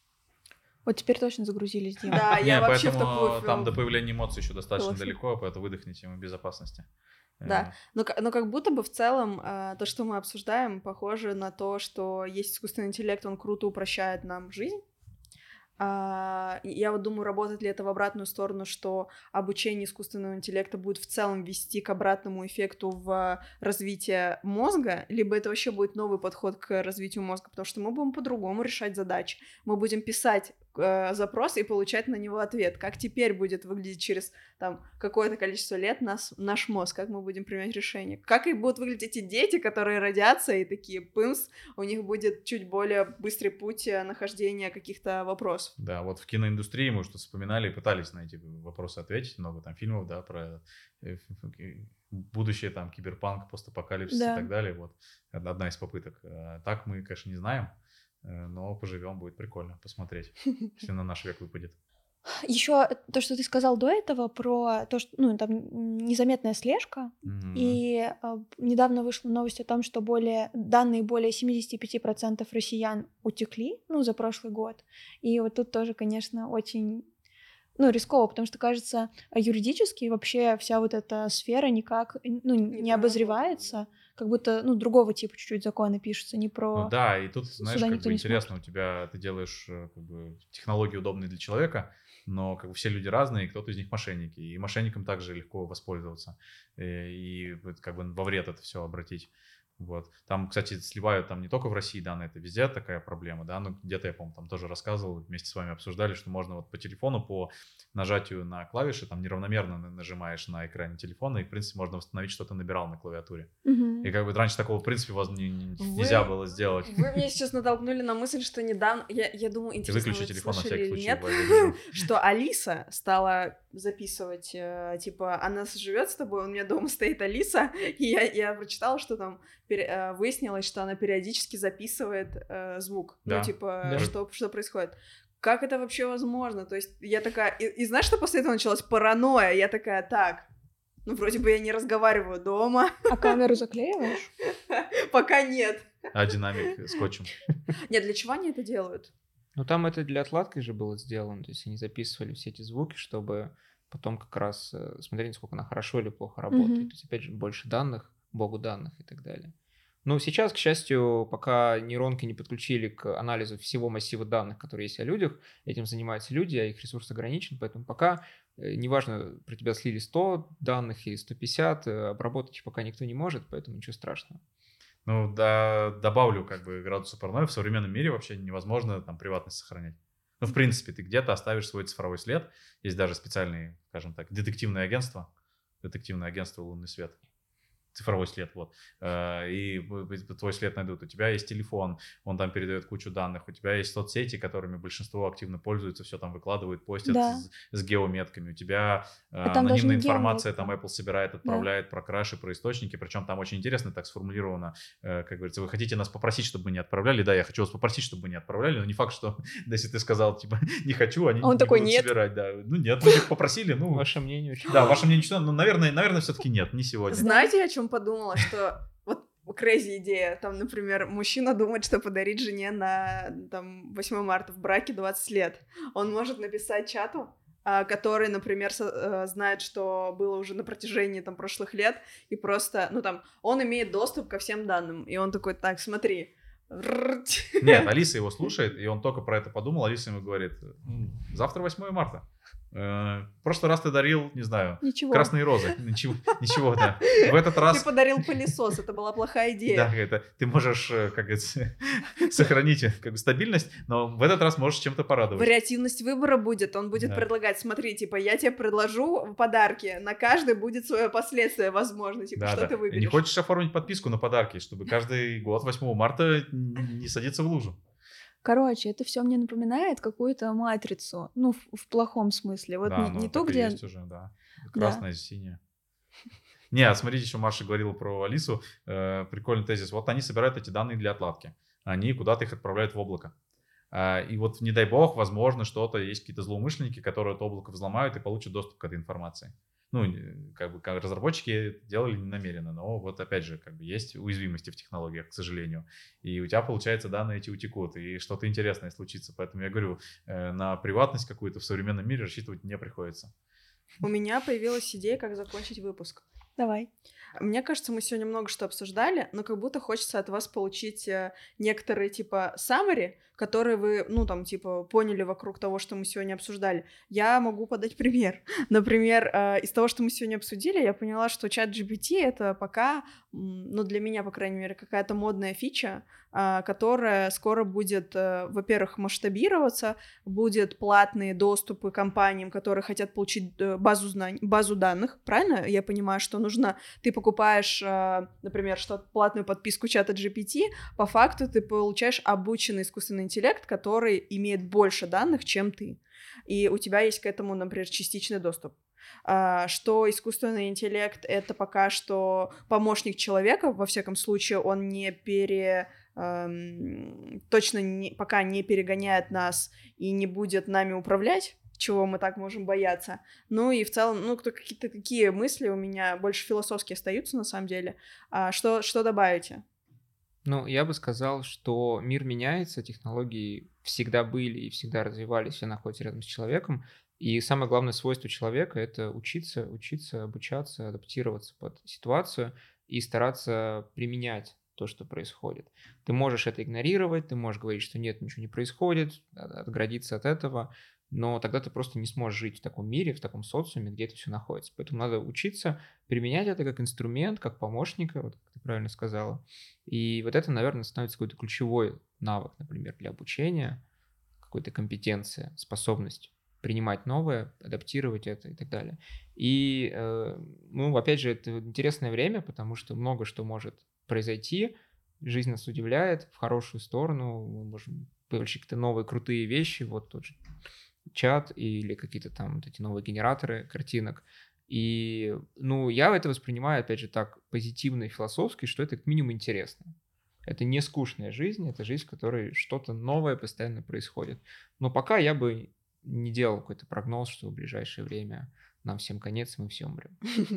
Вот теперь точно загрузились, Дима. Да, Не, я вообще в поэтому такую... там фил- до появления эмоций еще достаточно философию. далеко, поэтому выдохните ему в безопасности. Да. Э, Но, ка- но как будто бы в целом э, то, что мы обсуждаем, похоже на то, что есть искусственный интеллект, он круто упрощает нам жизнь. А, и я вот думаю, работает ли это в обратную сторону, что обучение искусственного интеллекта будет в целом вести к обратному эффекту в развитие мозга, либо это вообще будет новый подход к развитию мозга, потому что мы будем по-другому решать задачи. Мы будем писать э, запрос и получать на него ответ. Как теперь будет выглядеть через там, какое-то количество лет нас, наш мозг, как мы будем принимать решения. Как и будут выглядеть эти дети, которые родятся и такие пымс, у них будет чуть более быстрый путь э, нахождения каких-то вопросов. Да, вот в киноиндустрии мы что-то вспоминали и пытались на эти вопросы ответить. Много там фильмов, да, про э, э, будущее, там, киберпанк, постапокалипсис Да. и так далее. Вот это одна из попыток. А так мы, конечно, не знаем, э, но поживем, будет прикольно посмотреть, если на наш век выпадет. Еще то, что ты сказал до этого про то, что ну там м, незаметная слежка. Мгм. И а, недавно вышла новость о том, что более данные более семьдесят пять процентов россиян утекли, ну, за прошлый год. И вот тут тоже, конечно, очень, ну, рисково, потому что, кажется, юридически вообще вся вот эта сфера никак, ну, не, Не обозревается, как будто, ну, другого типа чуть-чуть законы пишутся, не про... Ну да, и тут, знаешь, сюда как никто бы не интересно, у тебя ты делаешь э, как бы, технологии удобные для человека, но как бы все люди разные, и кто-то из них мошенники, и мошенникам также легко воспользоваться э, и вот как бы во вред это все обратить. Вот. Там, кстати, сливают там не только в России данные, это везде такая проблема, да, ну где-то я, по-моему, там тоже рассказывал, вместе с вами обсуждали, что можно вот по телефону, по нажатию на клавиши, там неравномерно на- нажимаешь на экране телефона, и, в принципе, можно восстановить, что ты набирал на клавиатуре. Мгм. И как бы раньше такого, в принципе, воз- не- не- Вы- нельзя было сделать. Вы меня сейчас натолкнули на мысль, что недавно... Я, я думаю, Ты интересно, выключи вы это телефон на слышали всякий или случай, нет, Вадя, держу. что Алиса стала записывать, э, типа, она живет с тобой, у меня дома стоит Алиса, и я, я прочитала, что там пере- э, выяснилось, что она периодически записывает э, звук, Да. ну, типа, Да. что, что происходит. Как это вообще возможно? То есть я такая... И, и знаешь, что после этого началась паранойя? Я такая, так, ну, вроде бы я не разговариваю дома, А камеру заклеиваешь? пока нет. А динамик скотчем. Нет, для чего они это делают? Ну, там это для отладки же было сделано, то есть они записывали все эти звуки, чтобы потом как раз э, смотреть, насколько она хорошо или плохо работает. Мгм. То есть, опять же, больше данных, богу данных и так далее. Но сейчас, к счастью, пока нейронки не подключили к анализу всего массива данных, которые есть о людях, этим занимаются люди, а их ресурс ограничен, поэтому пока, э, неважно, про тебя слили сто данных или сто пятьдесят, э, обработать их пока никто не может, поэтому ничего страшного. Ну, да, добавлю как бы градуса паранойи. В современном мире вообще невозможно там приватность сохранять. Ну, в принципе, ты где-то оставишь свой цифровой след. Есть даже специальные, скажем так, детективные агентства. Детективное агентство «Лунный свет». цифровой след, вот, и твой след найдут. У тебя есть телефон, он там передает кучу данных, у тебя есть соцсети, которыми большинство активно пользуются, все там выкладывают, постят Да. с, с геометками, у тебя А там даже анонимная не информация, геометка. там Apple собирает, отправляет про краши, про источники, причем там очень интересно так сформулировано, как говорится, вы хотите нас попросить, чтобы мы не отправляли, да, я хочу вас попросить, чтобы мы не отправляли, но не факт, что, если ты сказал, типа, не хочу, они А он не такой, будут нет. собирать, да, ну нет, вы их попросили, ну, Ваше мнение очень да, ваше мнение, что, ну, наверное, наверное, все-таки нет, не сегодня. Знаете, я о чем подумала? Что вот crazy идея. Там, например, мужчина думает, что подарить жене на там, восьмое марта в браке двадцать лет. Он может написать чату, а, который, например, со- э, знает, что было уже на протяжении там прошлых лет, и просто, ну там, он имеет доступ ко всем данным, и он такой, так, смотри. Нет, Алиса его слушает, и он только про это подумал. Алиса ему говорит, завтра восьмое марта. Э, В прошлый раз ты дарил, не знаю, Ничего. красные розы. Ничего, ничего, да. В этот Ты раз, подарил пылесос, это была плохая да, идея. это ты можешь, э, как говорится, сохранить э, как бы стабильность, но в этот раз можешь чем-то порадовать. Вариативность выбора будет, он будет Да. предлагать, смотри, типа, я тебе предложу подарки, на каждый будет свое последствие, возможно, типа, Да, что да. ты выберешь? Не хочешь оформить подписку на подарки, чтобы каждый год восьмого марта не садиться в лужу? Короче, это все мне напоминает какую-то матрицу, ну, в, в плохом смысле. Вот Да, не, ну не так ту, и где... есть уже, да. Красное, синее. Не, а смотрите, еще Маша говорила про Алису. Э, прикольный тезис. Вот они собирают эти данные для отладки. Они куда-то их отправляют в облако. А, и вот, не дай бог, возможно, что-то есть какие-то злоумышленники, которые это облако взломают и получат доступ к этой информации. Ну, э, как бы как разработчики это делали не намеренно, но вот опять же, как бы есть уязвимости в технологиях, к сожалению. И у тебя, получается, данные эти утекут, и что-то интересное случится. Поэтому я говорю, э, на приватность какую-то в современном мире рассчитывать не приходится. У меня появилась идея, как закончить выпуск. Давай. Мне кажется, мы сегодня много что обсуждали, но как будто хочется от вас получить э, некоторые, типа, summary, которые вы, ну, там, типа, поняли вокруг того, что мы сегодня обсуждали. Я могу подать пример. Например, э, из того, что мы сегодня обсудили, я поняла, что чат джи пи ти — это пока, м, ну, для меня, по крайней мере, какая-то модная фича, э, которая скоро будет, э, во-первых, масштабироваться, будет платные доступы компаниям, которые хотят получить э, базу знаний, базу данных, правильно? Я понимаю, что нужно, ты покупаешь, э, например, что платную подписку чата джи пи ти, по факту ты получаешь обученный искусственный интеллект, который имеет больше данных, чем ты. И у тебя есть к этому, например, частичный доступ. А, что искусственный интеллект — это пока что помощник человека, во всяком случае, он не пере... эм, точно не, пока не перегоняет нас и не будет нами управлять, чего мы так можем бояться. Ну и в целом, ну, кто какие-то такие мысли у меня больше философские остаются, на самом деле. А что, что добавите? Ну, я бы сказал, что мир меняется, технологии всегда были и всегда развивались, все находятся рядом с человеком. И самое главное свойство человека — это учиться, учиться, обучаться, адаптироваться под ситуацию и стараться применять то, что происходит. Ты можешь это игнорировать, ты можешь говорить, что нет, ничего не происходит, отгородиться от этого, но тогда ты просто не сможешь жить в таком мире, в таком социуме, где это все находится. Поэтому надо учиться применять это как инструмент, как помощника, вот как ты правильно сказала. И вот это, наверное, становится какой-то ключевой навык, например, для обучения, какой-то компетенция, способность принимать новое, адаптировать это и так далее. И, э, ну, опять же, это интересное время, потому что много что может произойти, жизнь нас удивляет в хорошую сторону, мы можем получить какие-то новые крутые вещи, вот тот же чат или какие-то там вот эти новые генераторы картинок. И, ну, я это воспринимаю, опять же, так позитивно и философски, что это как минимум интересно. Это не скучная жизнь, это жизнь, в которой что-то новое постоянно происходит. Но пока я бы не делал какой-то прогноз, что в ближайшее время нам всем конец, и мы все умрем.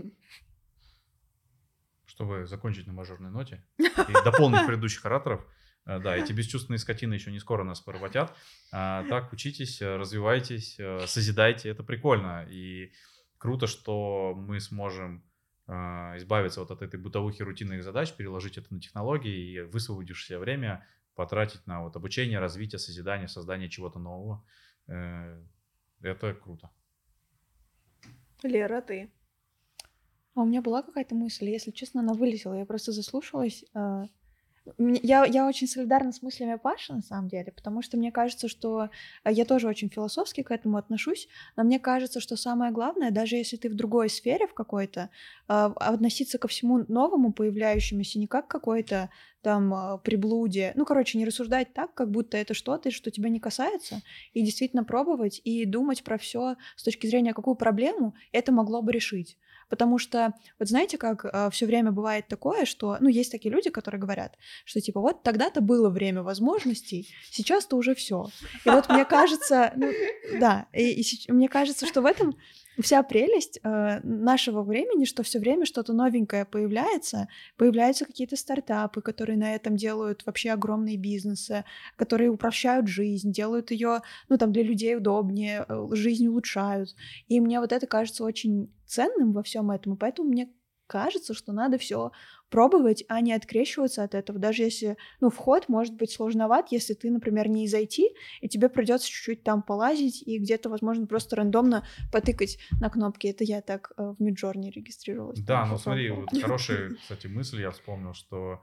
Чтобы закончить на мажорной ноте и дополнить предыдущих ораторов, э, да, эти бесчувственные скотины еще не скоро нас поработят. А, так, учитесь, э, развивайтесь, э, созидайте, это прикольно. И круто, что мы сможем э, избавиться вот от этой бытовухи рутинных задач, переложить это на технологии и высвободившееся время потратить на вот обучение, развитие, созидание, создание чего-то нового. Э, это круто. Лера, ты? А у меня была какая-то мысль, если честно, она вылетела. Я просто заслушалась. а, Мне- Я, я очень солидарна с мыслями Паши, на самом деле, потому что мне кажется, что э, я тоже очень философски к этому отношусь, но мне кажется, что самое главное, даже если ты в другой сфере в какой-то, а, относиться ко всему новому, появляющемуся, не как какой-то там а, приблуде, ну, короче, не рассуждать так, как будто это что-то, что тебя не касается, и действительно пробовать и думать про все с точки зрения, какую проблему это могло бы решить. Потому что, вот знаете, как все время бывает такое, что, ну, есть такие люди, которые говорят, что типа вот тогда-то было время возможностей, сейчас-то уже все. И вот мне кажется, ну, да, и, и сеч- мне кажется, что в этом вся прелесть э, нашего времени, что все время что-то новенькое появляется, появляются какие-то стартапы, которые на этом делают вообще огромные бизнесы, которые упрощают жизнь, делают ее, ну, там, для людей удобнее, э, жизнь улучшают. И мне вот это кажется очень ценным во всем этом, и поэтому мне кажется, что надо все пробовать, а не открещиваться от этого, даже если, ну, вход может быть сложноват, если ты, например, не из ай ти, и тебе придется чуть-чуть там полазить и где-то, возможно, просто рандомно потыкать на кнопки. Это я так э, в Midjourney регистрировалась. Да, там ну ещё смотри, пробовала. вот хорошая, кстати, мысль, я вспомнил, что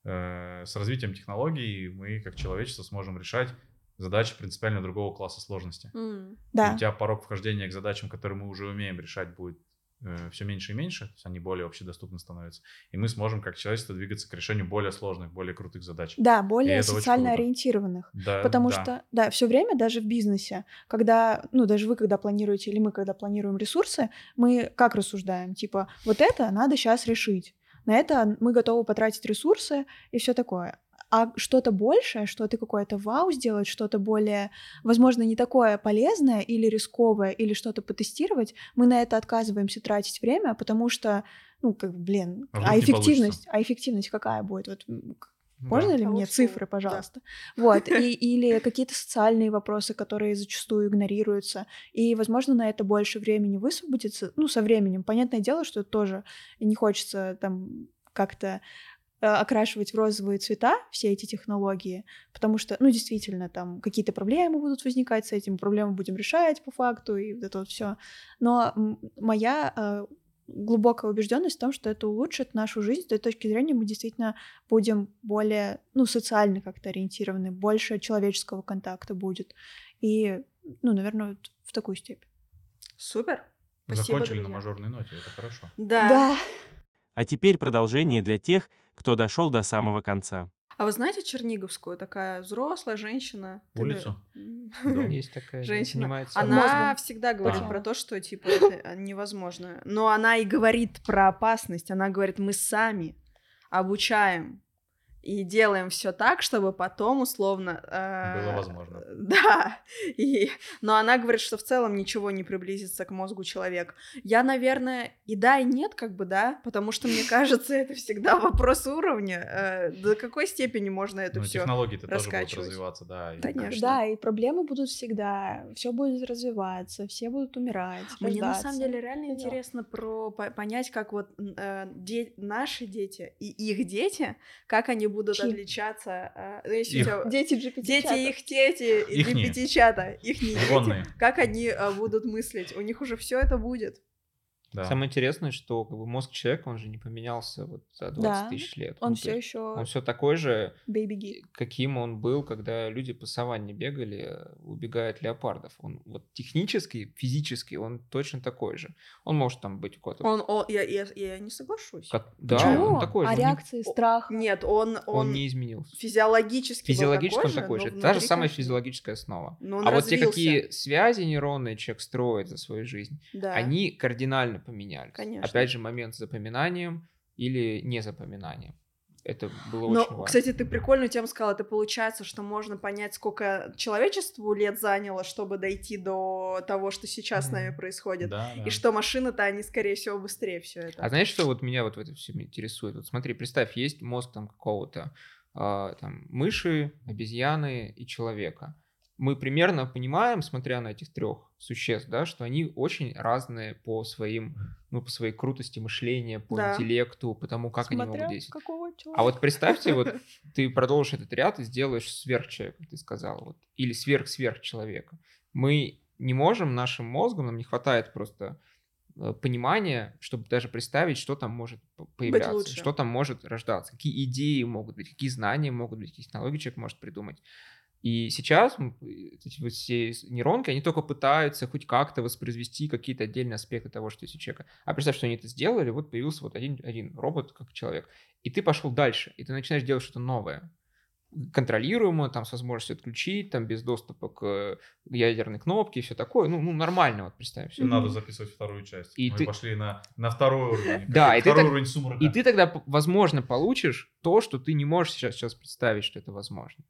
э, с развитием технологий мы, как человечество, сможем решать задачи принципиально другого класса сложности. М. И у Да, тебя порог вхождения к задачам, которые мы уже умеем решать, будет все меньше и меньше, то есть они более общедоступны становятся. И мы сможем, как человечество, двигаться к решению более сложных, более крутых задач. да, И более это очень социально круто. ориентированных. Да, Потому да. что, да, все время, даже в бизнесе, когда, ну, даже вы, когда планируете, или мы, когда планируем ресурсы, мы как рассуждаем? Типа, вот это надо сейчас решить. На это мы готовы потратить ресурсы и все такое. А что-то большее, что-то какое-то вау сделать, что-то более, возможно, не такое полезное или рисковое, или что-то потестировать, мы на это отказываемся тратить время, потому что, ну, как, блин, А а вдруг не эффективность, а эффективность какая будет? Вот м, можно Да. ли мне Old school, цифры, да. пожалуйста? Вот, и, или какие-то социальные вопросы, которые зачастую игнорируются, и, возможно, на это больше времени высвободится, ну, со временем. Понятное дело, что тоже не хочется там как-то э, окрашивать в розовые цвета все эти технологии, потому что, ну, действительно, там какие-то проблемы будут возникать с этим, проблемы будем решать по факту, и вот это вот все. Но м, моя э, глубокая убежденность в том, что это улучшит нашу жизнь. С той точки зрения мы действительно будем более, ну, социально как-то ориентированы, больше человеческого контакта будет. И, ну, наверное, вот в такую степень. Супер. Спасибо, Закончили на друзья. мажорной ноте, это хорошо. Да. Да. А теперь продолжение для тех, кто дошел до самого конца. А вы знаете Черниговскую? Такая взрослая женщина. Ты, Улицу? м, Дом? Есть такая, да, Женщина. занимается. Она Мозгом. всегда говорит А. про то, что типа это а, невозможно. Но она и говорит про опасность. Она говорит, мы сами обучаем и делаем все так, чтобы потом условно... э, Было возможно. Да. И... Но она говорит, что в целом ничего не приблизится к мозгу человека. Я, наверное, и да, и нет, как бы, да, потому что, мне кажется, это всегда вопрос уровня. Э, До какой степени можно это Ну, все технологии-то тоже будут раскачивать. развиваться, да. и- Конечно. Да, и проблемы будут всегда, все будет развиваться, все будут умирать, Мне на рождаться. самом деле реально Да. интересно про по- понять, как вот м, э, де- наши дети и их дети, как они будут Чьи? отличаться. э, ну, если у Их. тебя- Дети джи пи ти Дети чата. их тети, Ихние. джи пи ти-чата, их Егонные. дети, как они э, будут мыслить. У них уже все это будет. Да. Самое интересное, что как бы, мозг человека, он же не поменялся вот за двадцать Да, тысяч лет. Он Ну, то все есть еще Он все такой же, baby geek. каким он был, когда люди по саванне бегали, э, убегая от леопардов. Он вот технически, физически, он точно такой же. Он может там быть у кого-то... Он, о, я, я, я не соглашусь. как- Да, Почему? он такой же. А он не- реакции, страх. Нет, он, он, он не изменился. физиологически, Физиологически был он такой но же. Та же внутри, самая конечно, физиологическая основа. но он А вот те, развился. какие связи нейронные человек строит за свою жизнь, Да. они кардинально поменялись. Конечно. Опять же, момент с запоминанием или незапоминанием. Это было Но, очень важно. кстати, ты прикольную тему сказала. Это получается, что можно понять, сколько человечеству лет заняло, чтобы дойти до того, что сейчас с нами Мгм. происходит. Да, да. И что машины-то, они, скорее всего, быстрее все это. А знаешь, что вот меня вот в этом всем интересует? Вот смотри, представь, есть мозг там какого-то а, там мыши, обезьяны и человека. Мы примерно понимаем, смотря на этих трех существ, да, что они очень разные по своим, ну, по своей крутости мышления, по Да. интеллекту, по тому, как они Смотря могут действовать. какого А человека. вот представьте, вот ты продолжишь этот ряд и сделаешь сверхчеловека, как ты сказала, вот, или сверх-сверхчеловека. Мы не можем нашим мозгом, нам не хватает просто э, понимания, чтобы даже представить, что там может п- появляться, лучше. что там может рождаться, какие идеи могут быть, какие знания могут быть, какие технологии человек может придумать. И сейчас м, эти вот все с- нейронки, они только пытаются хоть как-то воспроизвести какие-то отдельные аспекты того, что есть у человека. А представь, что они это сделали, вот появился вот один, один робот, как человек, и ты пошел дальше, и ты начинаешь делать что-то новое, контролируемо, там, с возможностью отключить, там, без доступа к ядерной кнопке и все такое. Ну, ну нормально, вот представь. Всё. Надо записывать вторую часть. И Мы ты- пошли на, на второй уровень. Да, Какой- и ты второй так- уровень сумрака. И ты тогда, п- возможно, получишь то, что ты не можешь сейчас, сейчас представить, что это возможно.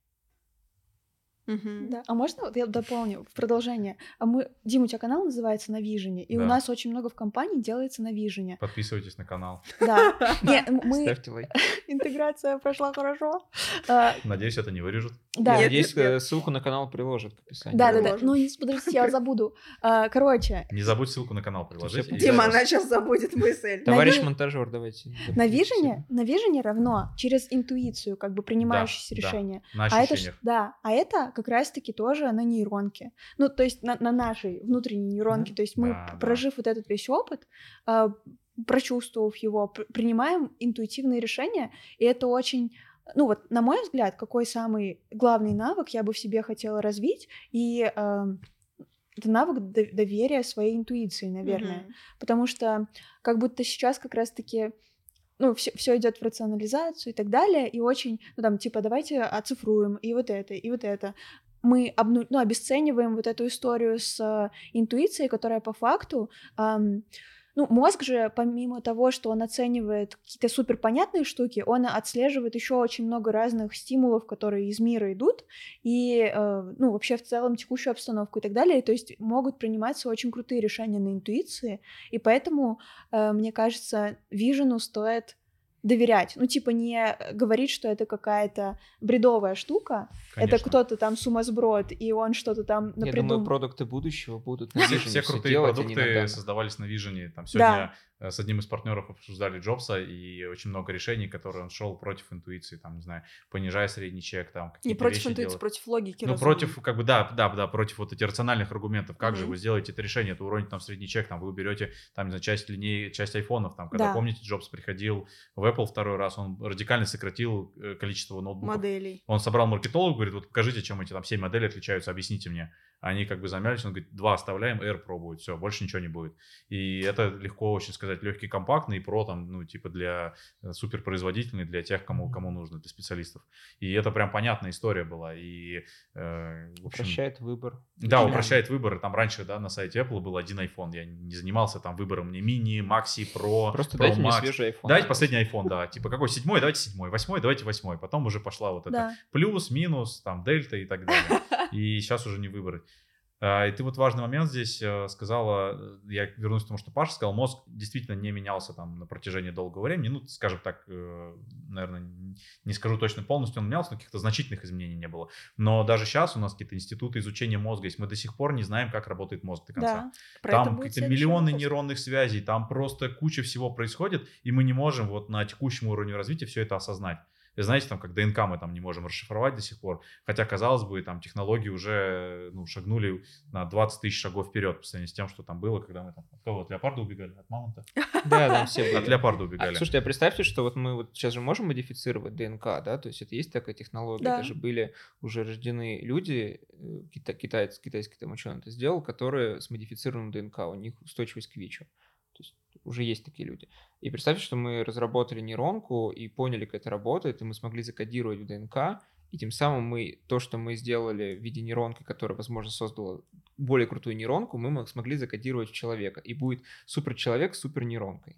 Мгм. Да. А можно вот я дополню в продолжение? А мы, Дим, у тебя канал называется «На Вижене», и у Да. нас очень много в компании делается «На Вижене». Подписывайтесь на канал. Да. Не, м- мы... Ставьте лайк. Интеграция прошла хорошо. А, Надеюсь, это не вырежут. Да. Я Нет, надеюсь, нет, нет. э, ссылку на канал приложат к описанию. Да, да, да. Приложим. Ну, не- подождите, я забуду. А, Короче, Не забудь ссылку на канал приложить. всё И Дима, сейчас- она сейчас забудет мысль. Товарищ Ви- монтажер, давайте. на Вижене, на Вижене равно через интуицию, как бы принимающееся Да, да. решение. На А это, ж- ощущениях. да, а это как раз-таки тоже на нейронке. Ну, то есть на, на нашей внутренней нейронке. То есть мы, Да, да. прожив вот этот весь опыт, а, прочувствовав его, пр- принимаем интуитивные решения, и это очень... Ну вот, на мой взгляд, какой самый главный навык я бы в себе хотела развить, и а, это навык до- доверия своей интуиции, наверное. Мгм. Потому что как будто сейчас как раз-таки ну, все, идет в рационализацию и так далее, и очень, ну, там, типа, давайте оцифруем и вот это, и вот это. Мы обну... ну, обесцениваем вот эту историю с э, интуицией, которая по факту... ам, ну, мозг же, помимо того, что он оценивает какие-то суперпонятные штуки, он отслеживает еще очень много разных стимулов, которые из мира идут, и, э, ну, вообще в целом текущую обстановку и так далее. И, то есть могут приниматься очень крутые решения на интуиции, и поэтому, э, мне кажется, Вижену стоит доверять. Ну, типа, не говорить, что это какая-то бредовая штука, это Конечно. кто-то там сумасброд, и он что-то там Я думаю, напридумал. продукты будущего будут на Все, Vision все всё крутые делать, а не на продукты данных. создавались на Вижене. Там сегодня э, с одним из партнеров обсуждали Джобса, и очень много решений, которые он шел против интуиции, там, не знаю, понижая средний чек, там, Не какие-то против вещи интуиции, делать. против логики. Ну, разумной. против, как бы, да, да, да, против вот этих рациональных аргументов. Как же Мгм. вы сделаете это решение? Это уронит там средний чек, там, вы уберете, там, не знаю, часть линей, часть айфонов, там, когда, Да. помните, Джобс приходил в Apple второй раз, он радикально сократил э, количество ноутбуков. моделей. Он собрал маркетологов, говорит, вот покажите, чем эти там семь моделей отличаются, объясните мне. Они как бы замялись, он говорит, два оставляем, Air Pro будет, все, больше ничего не будет. И это легко очень сказать, легкий, компактный, и Pro там, ну, типа для э, суперпроизводительный, для тех, кому, кому нужно, для специалистов. И это прям понятная история была. И, э, в общем, Упрощает выбор. да, Очень упрощает выборы. Там раньше, да, на сайте Apple был один iPhone. Я не занимался там выбором ни мини, Maxi, Pro, Просто Pro дайте мне Max. свежий iPhone. Дайте последний iPhone, да. Типа какой седьмой, давайте седьмой, восьмой, давайте восьмой. Потом уже пошла вот это Да. плюс, минус, там дельта и так далее. И сейчас уже не выбрать. А, И ты вот важный момент здесь э, сказала, э, я вернусь к тому, что Паша сказал, мозг действительно не менялся там на протяжении долгого времени, ну, скажем так, э, наверное, н- не скажу точно полностью он менялся, но каких-то значительных изменений не было. Но даже сейчас у нас какие-то институты изучения мозга есть, мы до сих пор не знаем, как работает мозг до конца. Да. Про это Там будет какие-то следующий миллионы выпуск. нейронных связей, там просто куча всего происходит, и мы не можем вот на текущем уровне развития все это осознать. И знаете, там, как ДНК мы там не можем расшифровать до сих пор, хотя, казалось бы, там технологии уже ну, шагнули на двадцать тысяч шагов вперед по сравнению с тем, что там было, когда мы там от кого? От леопарда убегали? От мамонта? Да, да, все были. От леопарда А, убегали. слушайте, а представьте, что вот мы вот сейчас же можем модифицировать ДНК, да, то есть это есть такая технология, Да. даже были уже рождены люди, э, кита- китаец, китайский там ученый это сделал, которые с модифицированным ДНК, у них устойчивость к ВИЧу. То есть уже есть такие люди. И представьте, что мы разработали нейронку и поняли, как это работает, и мы смогли закодировать в ДНК, и тем самым мы то, что мы сделали в виде нейронки, которая, возможно, создала более крутую нейронку, мы мог- смогли закодировать в человека. И будет суперчеловек с супернейронкой.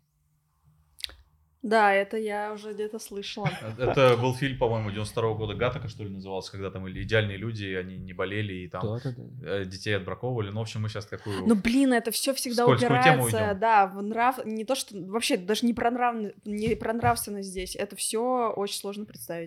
Да, это я уже где-то слышала. Это был фильм, по-моему, девяносто второго года, Гаттака, что ли, назывался, когда там или идеальные люди, они не болели, и там Да-да-да. э, детей отбраковывали. Ну, в общем, мы сейчас такую... Ну, блин, это все всегда скользкую тему упирается, идем. да, в нрав, не то, что вообще даже не про, нрав... не про нравственность здесь, это все очень сложно представить.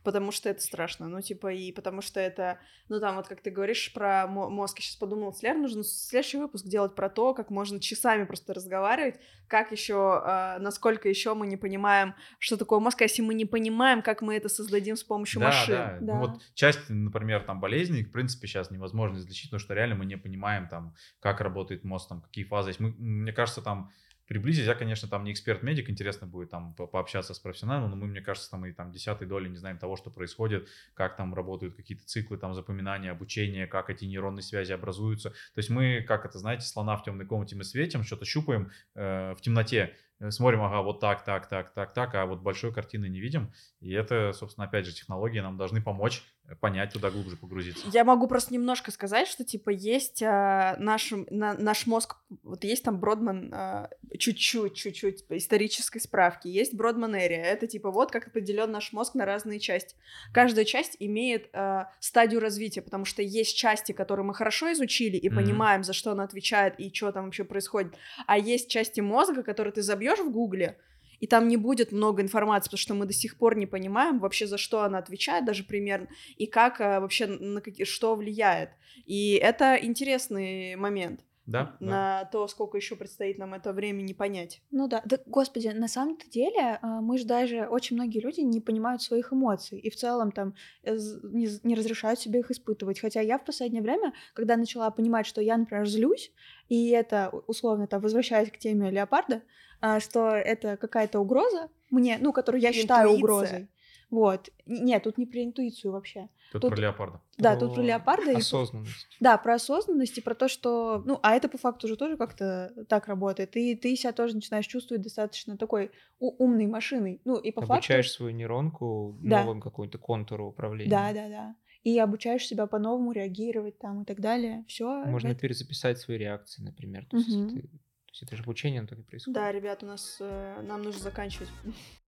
потому что это страшно, ну, типа, и потому что это, ну, там, вот как ты говоришь про мо- мозг, я сейчас подумала, Лер, нужно следующий выпуск делать про то, как можно часами просто разговаривать, как еще, э, насколько еще мы не понимаем, что такое мозг, а если мы не понимаем, как мы это создадим с помощью Да, машин. да. Да. Ну вот часть, например, там болезней, в принципе, сейчас невозможно излечить, потому что реально мы не понимаем, там, как работает мозг, там, какие фазы есть. Мы, мне кажется, там приблизить, я, конечно, там не эксперт-медик, интересно будет там по- пообщаться с профессионалом, но мы, мне кажется, там и там десятой доли не знаем того, что происходит, как там работают какие-то циклы, там, запоминания, обучения, как эти нейронные связи образуются. То есть мы, как это, знаете, слона в темной комнате мы светим, что-то щупаем э, в темноте, э, смотрим, ага, вот так, так, так, так, так, а вот большой картины не видим. И это, собственно, опять же, технологии нам должны помочь понять, туда глубже погрузиться. Я могу просто немножко сказать, что, типа, есть а, наш, на- наш мозг, вот есть там Бродман, а, чуть-чуть, чуть-чуть исторической справки, есть Бродман Эрия, это, типа, вот как определен наш мозг на разные части. Каждая часть имеет а, стадию развития, потому что есть части, которые мы хорошо изучили и Мгм. понимаем, за что она отвечает и что там вообще происходит, а есть части мозга, которые ты забьешь в Гугле, и там не будет много информации, потому что мы до сих пор не понимаем вообще, за что она отвечает даже примерно, и как а, вообще на какие, что влияет. И это интересный момент Да, да. на то, сколько еще предстоит нам это времени понять. Ну да, да, господи, на самом-то деле а, мы же даже, очень многие люди не понимают своих эмоций и в целом там э, з- не, з- не разрешают себе их испытывать. Хотя я в последнее время, когда начала понимать, что я, например, злюсь, и это, у- условно, там, возвращаясь к теме леопарда, а, что это какая-то угроза мне, ну, которую я считаю Интуиция. угрозой. Вот. Н- Нет, тут не про интуицию вообще. Тут, Тут- про леопарда. Да, тут про леопарда и про- осознанность. да, про осознанность и про то, что... Ну, а это по факту же тоже как-то так работает. И ты себя тоже начинаешь чувствовать достаточно такой у- умной машиной. Ну, и по Обучаешь факту... свою нейронку Да. новым какой-то контуру управления. Да, да, да. И обучаешь себя по-новому реагировать там и так далее. Все. Можно перезаписать свои реакции, например. То есть, если Мгм. ты- то есть это же обучение, оно так и происходит. Да, ребят, у нас э, нам нужно заканчивать.